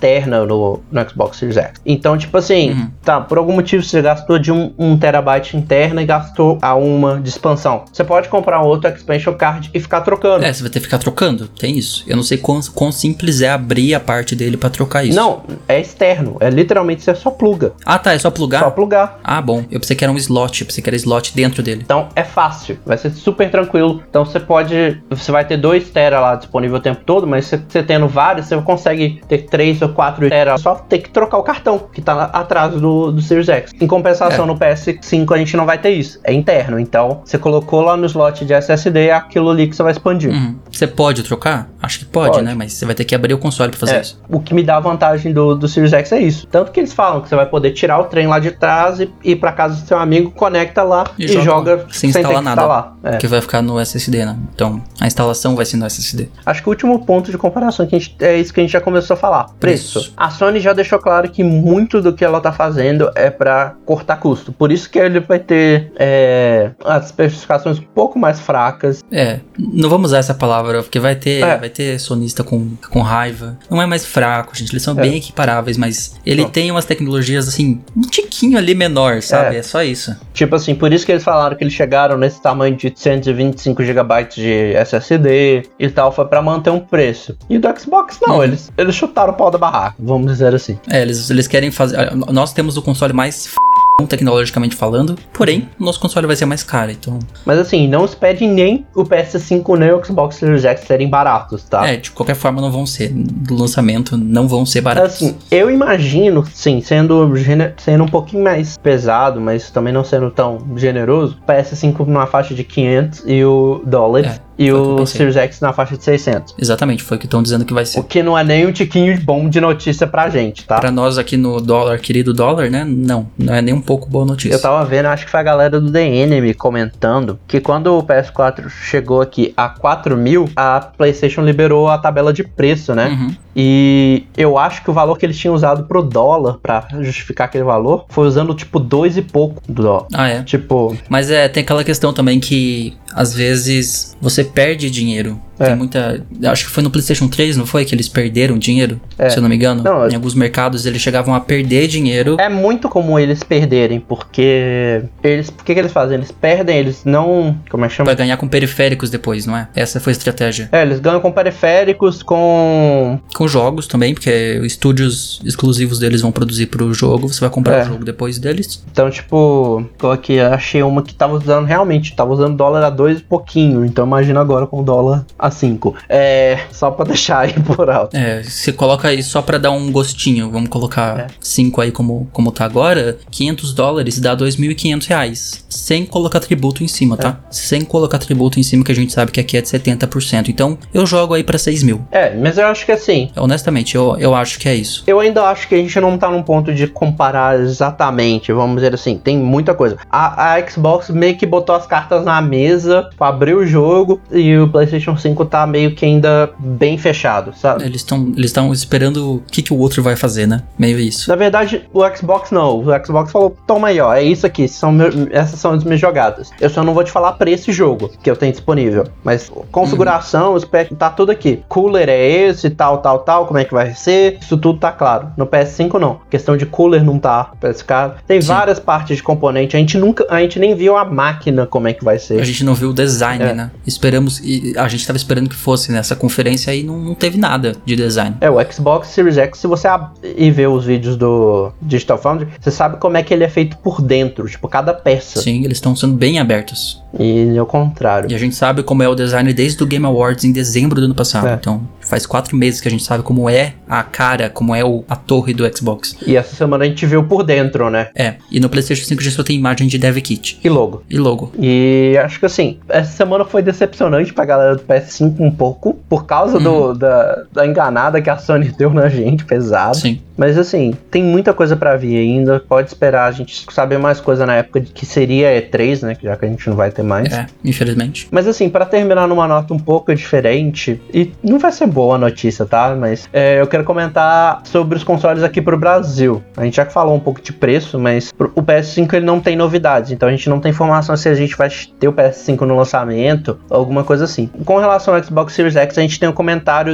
externa no, no Xbox Series X. Então, tipo assim, uhum. tá, por algum motivo você gastou de um, um terabyte interna e gastou a uma de expansão. Você pode comprar outro expansion card e ficar trocando. É, você vai ter que ficar trocando, tem isso. Eu não sei quão, quão simples é abrir a parte dele pra trocar isso. Não, é externo, é literalmente você só pluga. Ah, tá, é só plugar? Só plugar. Ah, bom, eu pensei que era um slot, eu pensei que era slot dentro dele. Então, é fácil, vai ser super tranquilo. Então, você pode, você vai ter dois tera lá disponível o tempo todo, mas você, você tendo vários, você consegue ter três ou quatro tera, só ter que trocar o cartão, que tá atrás do, do Series X. Em compensação, é. no P S cinco a gente não vai ter isso, é interno. Então, você colocou lá no slot de S S D, é aquilo ali que você vai expandir. Uhum. Você pode trocar? Acho que pode, pode, né? Mas você vai ter que abrir o console pra fazer é. isso. O que me dá a vantagem do, do Series X é isso. Tanto que eles falam que você vai poder tirar o trem lá de trás e ir pra casa do seu amigo, conecta lá e, e joga, joga sem, sem instalar nada. Instalar. É. Que vai ficar no S S D, né? Então, a instalação vai ser no S S D. Acho que o último ponto de comparação que a gente, é isso que a gente já começou a falar. Preço. Preço. A Sony já deixou claro que muito do que ela tá fazendo é pra cortar custo. Por isso que ele vai ter é, as especificações um pouco mais fracas. É, não vamos usar essa palavra, porque vai ter, é. vai ter sonista com, com raiva. Não é mais fraco, gente. Eles são é. bem equiparáveis, mas ele não. tem umas tecnologias, assim, um tiquinho ali menor, sabe? É. é só isso. Tipo assim, por isso que eles falaram que eles chegaram nesse tamanho de cento e vinte e cinco gigabytes de S S D e tal, foi pra manter um preço. E do Xbox, não. Uhum. Eles, eles chutaram o pau da barraca, vamos dizer assim. É, eles, eles querem fazer... Nós temos o console mais... F... tecnologicamente falando, porém, o nosso console vai ser mais caro, então... Mas assim, não espere nem o P S cinco nem o Xbox Series X serem baratos, tá? É, de qualquer forma não vão ser, do lançamento não vão ser baratos. Assim, eu imagino, sim, sendo, sendo um pouquinho mais pesado, mas também não sendo tão generoso, o P S cinco numa faixa de quinhentos e o dólares... É. E o Series X na faixa de seiscentos. Exatamente, foi o que estão dizendo que vai ser. O que não é nem um tiquinho bom de notícia pra gente, tá? Pra nós aqui no dólar, querido dólar, né? Não, não é nem um pouco boa notícia. Eu tava vendo, acho que foi a galera do The Enemy comentando que quando o P S quatro chegou aqui a quatro mil, a PlayStation liberou a tabela de preço, né? Uhum. E eu acho que o valor que eles tinham usado pro dólar pra justificar aquele valor foi usando tipo dois e pouco do dólar. Ah, é? Tipo... Mas é, tem aquela questão também que às vezes você perde dinheiro. É. Tem muita... Acho que foi no PlayStation três, não foi? Que eles perderam dinheiro, é. se eu não me engano. Não, em alguns mercados eles chegavam a perder dinheiro. É muito comum eles perderem, porque... Eles... Por que que eles fazem? Eles perdem, eles não... Como é que chama? Vai ganhar com periféricos depois, não é? Essa foi a estratégia. É, eles ganham com periféricos, com... Com jogos também, porque estúdios exclusivos deles vão produzir pro jogo. Você vai comprar é. o jogo depois deles. Então, tipo... Eu aqui achei uma que tava usando realmente... Tava usando dólar a dois e pouquinho. Então imagina agora com dólar a cinco. É, só pra deixar aí por alto. É, você coloca aí só pra dar um gostinho, vamos colocar é. cinco aí como, como tá agora, quinhentos dólares dá dois mil e quinhentos reais, sem colocar tributo em cima, tá? É. Sem colocar tributo em cima, que a gente sabe que aqui é de setenta por cento, então eu jogo aí pra seis mil. É, mas eu acho que assim... Honestamente, eu, eu acho que é isso. Eu ainda acho que a gente não tá num ponto de comparar exatamente, vamos dizer assim, tem muita coisa. A, a Xbox meio que botou as cartas na mesa, abriu o jogo, e o PlayStation cinco tá meio que ainda bem fechado, sabe? Eles estão eles estão esperando o que, que o outro vai fazer, né? Meio isso. Na verdade, o Xbox não. O Xbox falou, toma aí, ó, é isso aqui, são meu, essas são as minhas jogadas. Eu só não vou te falar pra esse jogo que eu tenho disponível, mas configuração, uhum. spec, tá tudo aqui. Cooler é esse, tal, tal, tal, como é que vai ser, isso tudo tá claro. No P S cinco não. A questão de cooler não tá especificado. Tem Sim. várias partes de componente, a gente nunca, a gente nem viu a máquina como é que vai ser. A gente não viu o design, é. né? Esperamos, e a gente tava esperando que fosse nessa conferência e não, não teve nada de design. É, o Xbox Series X, se você ab- e ver os vídeos do Digital Foundry, você sabe como é que ele é feito por dentro, tipo, cada peça. Sim, eles estão sendo bem abertos. E é o contrário. E a gente sabe como é o design desde o Game Awards em dezembro do ano passado. É. Então, faz quatro meses que a gente sabe como é a cara, como é o, a torre do Xbox. E essa semana a gente viu por dentro, né? É, e no PlayStation cinco a gente só tem imagem de Dev Kit. E logo. E logo. E acho que assim, essa semana foi decepcionante pra galera do P S cinco um pouco, por causa uhum. do, da, da enganada que a Sony deu na gente, pesado. Sim. Mas assim, tem muita coisa pra vir ainda, pode esperar a gente saber mais coisa na época de que seria E três, né, já que a gente não vai ter mais. É, infelizmente. Mas assim, pra terminar numa nota um pouco diferente, e não vai ser boa a notícia, tá? Mas é, eu quero comentar sobre os consoles aqui pro Brasil. A gente já falou um pouco de preço, mas o P S cinco ele não tem novidades, então a gente não tem informação se a gente vai ter o P S cinco no lançamento, alguma coisa assim. Com relação ao Xbox Series X, a gente tem um comentário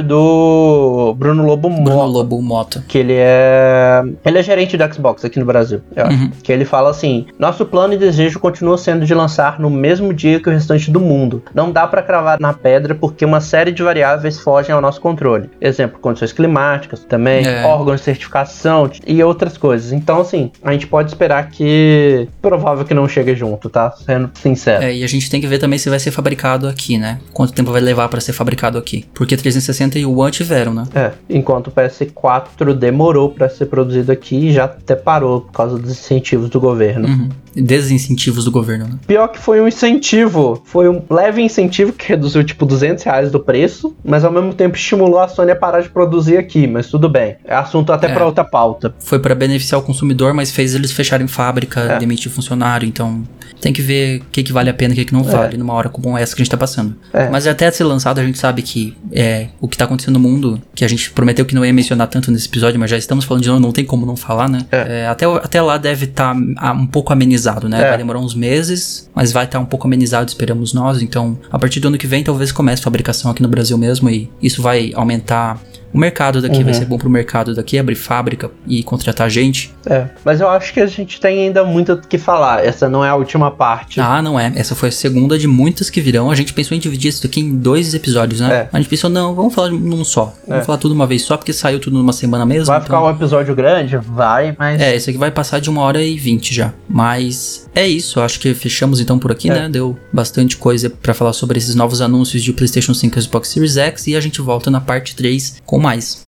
do Bruno Lobo Moto. Bruno Lobo Moto. Que ele é... Ele é gerente do Xbox aqui no Brasil, eu acho. Uhum. Que ele fala assim: nosso plano e desejo continua sendo de lançar no mesmo dia que o restante do mundo. Não dá pra cravar na pedra porque uma série de variáveis fogem ao nosso controle. Exemplo, condições climáticas também, é. órgãos de certificação e outras coisas. Então, assim, a gente pode esperar que... provável que não chegue junto, tá? Sendo sincero. É, e a gente tem que ver também se vai ser fabricado aqui, né? Quanto tempo vai levar pra ser fabricado aqui. Porque trezentos e sessenta e o One tiveram, né? É, enquanto o P S quatro demorou pra ser produzido aqui e já até parou por causa dos incentivos do governo. Uhum. Desincentivos do governo, né? Pior que foi um incentivo, foi um leve incentivo que reduziu tipo duzentos reais do preço, mas ao mesmo tempo estimulou a Sony a parar de produzir aqui, mas tudo bem. É assunto até é. pra outra pauta. Foi pra beneficiar o consumidor, mas fez eles fecharem fábrica, é. demitir funcionário, então tem que ver o que, que vale a pena e o que, que não vale é. numa hora como essa que a gente tá passando. É. Mas até ser lançado a gente sabe que é, o que tá acontecendo no mundo, que a gente prometeu que não ia mencionar tanto nesse episódio, mas já estamos falando de novo, não tem como não falar, né? É. É, até, até lá deve estar tá um pouco amenizado, né? É. Vai demorar uns meses, mas vai estar tá um pouco amenizado, esperamos nós. Então, a partir do ano que vem, talvez comece a fabricação aqui no Brasil mesmo e isso vai aumentar o mercado daqui, uhum. vai ser bom pro mercado daqui, abrir fábrica e contratar gente. É, mas eu acho que a gente tem ainda muito o que falar. Essa não é a última parte. Ah, não é. Essa foi a segunda de muitas que virão. A gente pensou em dividir isso aqui em dois episódios, né? É. A gente pensou, não, vamos falar num só. É. Vamos falar tudo uma vez só, porque saiu tudo numa semana mesmo. Vai então... ficar um episódio grande? Vai, mas... É, esse aqui vai passar de uma hora e vinte já. Mas é isso, acho que fechamos então por aqui, é. né? Deu bastante coisa pra falar sobre esses novos anúncios de PlayStation cinco e Xbox Series X e a gente volta na parte três com mais.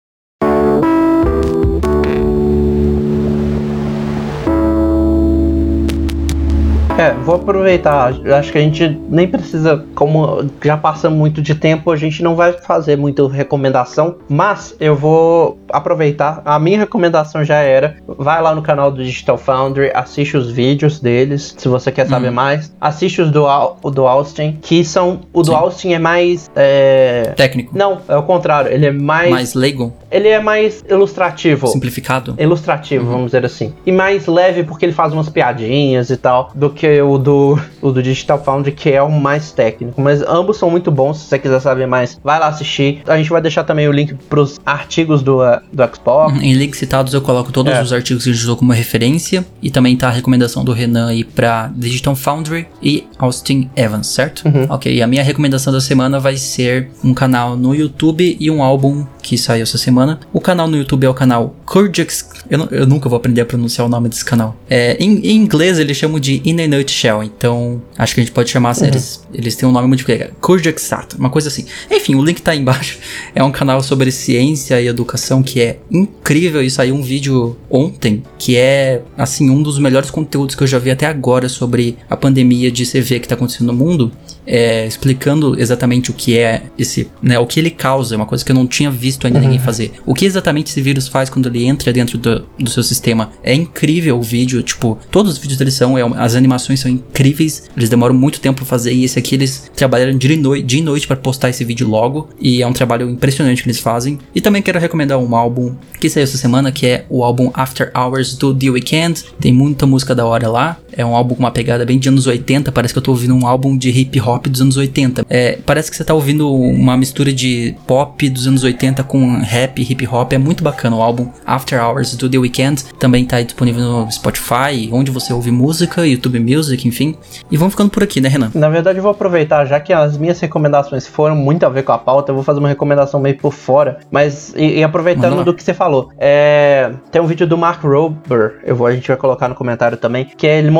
É, vou aproveitar, acho que a gente nem precisa, como já passa muito de tempo, a gente não vai fazer muita recomendação, mas eu vou aproveitar, a minha recomendação já era, vai lá no canal do Digital Foundry, assiste os vídeos deles, se você quer saber hum. mais, assiste os do, o do Austin, que são, o do Sim. Austin é mais... É... técnico? Não, é o contrário, ele é mais... Mais leigo? Ele é mais ilustrativo. Simplificado? Ilustrativo, uhum. vamos dizer assim. E mais leve porque ele faz umas piadinhas e tal, do que o do, o do Digital Foundry, que é o mais técnico. Mas ambos são muito bons, se você quiser saber mais, vai lá assistir. A gente vai deixar também o link pros artigos do, uh, do Xbox. Uhum. Em links citados eu coloco todos é. os artigos que a gente usou como referência. E também tá a recomendação do Renan aí pra Digital Foundry e Austin Evans, certo? Uhum. Ok, e a minha recomendação da semana vai ser um canal no YouTube e um álbum que saiu essa semana. O canal no YouTube é o canal Kurjax. Eu, eu nunca vou aprender a pronunciar o nome desse canal. É, em, em inglês eles chamam de In a Nutshell, então acho que a gente pode chamar assim, uhum. eles, eles têm um nome muito complicado, Kurjaxat, uma coisa assim. Enfim, o link tá aí embaixo. É um canal sobre ciência e educação que é incrível, e saiu um vídeo ontem que é, assim, um dos melhores conteúdos que eu já vi até agora sobre a pandemia de C V que tá acontecendo no mundo, é, explicando exatamente o que é esse, né, o que ele causa, uma coisa que eu não tinha visto ainda uhum. ninguém fazer. O que exatamente esse vírus faz quando ele entra dentro do, do seu sistema. É incrível o vídeo, tipo, todos os vídeos deles são, é, as animações são incríveis, eles demoram muito tempo pra fazer, e esse aqui eles trabalharam dia e noite, dia e noite pra postar esse vídeo logo, e é um trabalho impressionante que eles fazem. E também quero recomendar um álbum que saiu essa semana, que é o álbum After Hours do The Weeknd. Tem muita música da hora lá, é um álbum com uma pegada bem de anos oitenta, parece que eu tô ouvindo um álbum de hip hop dos anos oitenta. É, parece que você tá ouvindo uma mistura de pop dos anos oitenta com rap, hip hop, é muito bacana o álbum After Hours do The Weeknd. Também tá disponível no Spotify, onde você ouve música, YouTube Music, enfim. E vamos ficando por aqui, né, Renan? Na verdade eu vou aproveitar, já que as minhas recomendações foram muito a ver com a pauta, eu vou fazer uma recomendação meio por fora, mas e, e aproveitando do que você falou, é, tem um vídeo do Mark Rober, eu vou, a gente vai colocar no comentário também, que é ele mostrando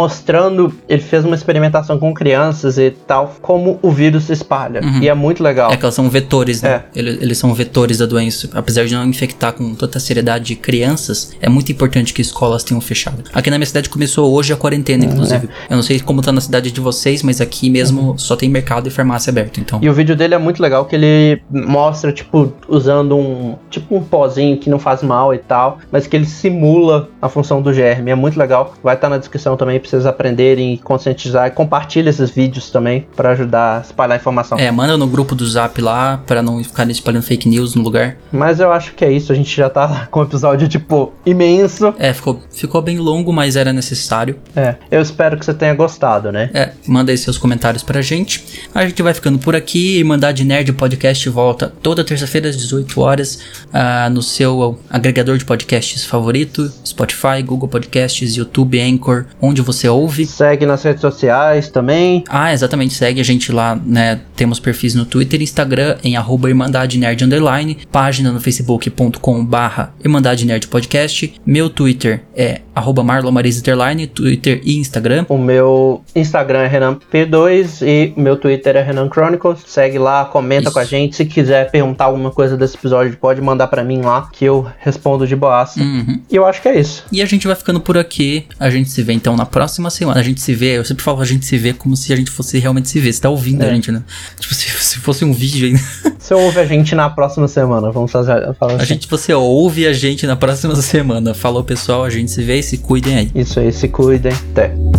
mostrando, ele fez uma experimentação com crianças e tal, como o vírus se espalha. Uhum. E é muito legal. É que elas são vetores, né? É. Eles, eles são vetores da doença. Apesar de não infectar com tanta seriedade crianças, é muito importante que escolas tenham fechado. Aqui na minha cidade começou hoje a quarentena, inclusive. Uhum. Eu não sei como tá na cidade de vocês, mas aqui mesmo uhum. só tem mercado e farmácia aberto, então. E o vídeo dele é muito legal, que ele mostra, tipo, usando um, tipo um pozinho que não faz mal e tal, mas que ele simula a função do germe. É muito legal. Vai estar na descrição também pra vocês aprenderem e conscientizar. E compartilha esses vídeos também pra ajudar a espalhar a informação. É, manda no grupo do Zap lá pra não ficar espalhando fake news no lugar. Mas eu acho que é isso. A gente já tá com um episódio, tipo, imenso. É, ficou, ficou bem longo, mas era necessário. É, eu espero que você tenha gostado, né? É, manda aí seus comentários pra gente. A gente vai ficando por aqui. Irmandade Nerd Podcast volta toda terça-feira às dezoito horas uh, no seu agregador de podcasts favorito, Spotify, Google Podcasts, YouTube, Anchor, onde você ouve. Segue nas redes sociais também. Ah, exatamente, segue a gente lá, né? Temos perfis no Twitter e Instagram em arroba Irmandade Nerd Underline, página no facebook ponto com barra Irmandade Nerd Podcast. Meu Twitter é arroba Marlon Maris Underline, Twitter e Instagram. O meu Instagram é Renan P dois e meu Twitter é Renan Chronicles. Segue lá, comenta Isso. com a gente. Se quiser perguntar alguma coisa desse episódio, pode mandar pra mim lá, que eu respondo de boaça. Uhum. E eu acho que é isso. E a gente vai ficando por aqui. A gente se vê então na próxima semana. A gente se vê, eu sempre falo a gente se vê como se a gente fosse realmente se ver. Você tá ouvindo é. a gente, né? Tipo, se, se fosse um vídeo ainda. Você ouve a gente na próxima semana, vamos fazer. Falar assim. A gente, você ouve a gente na próxima semana. Falou, pessoal, a gente se vê e se cuidem aí. Isso aí, se cuidem. Até.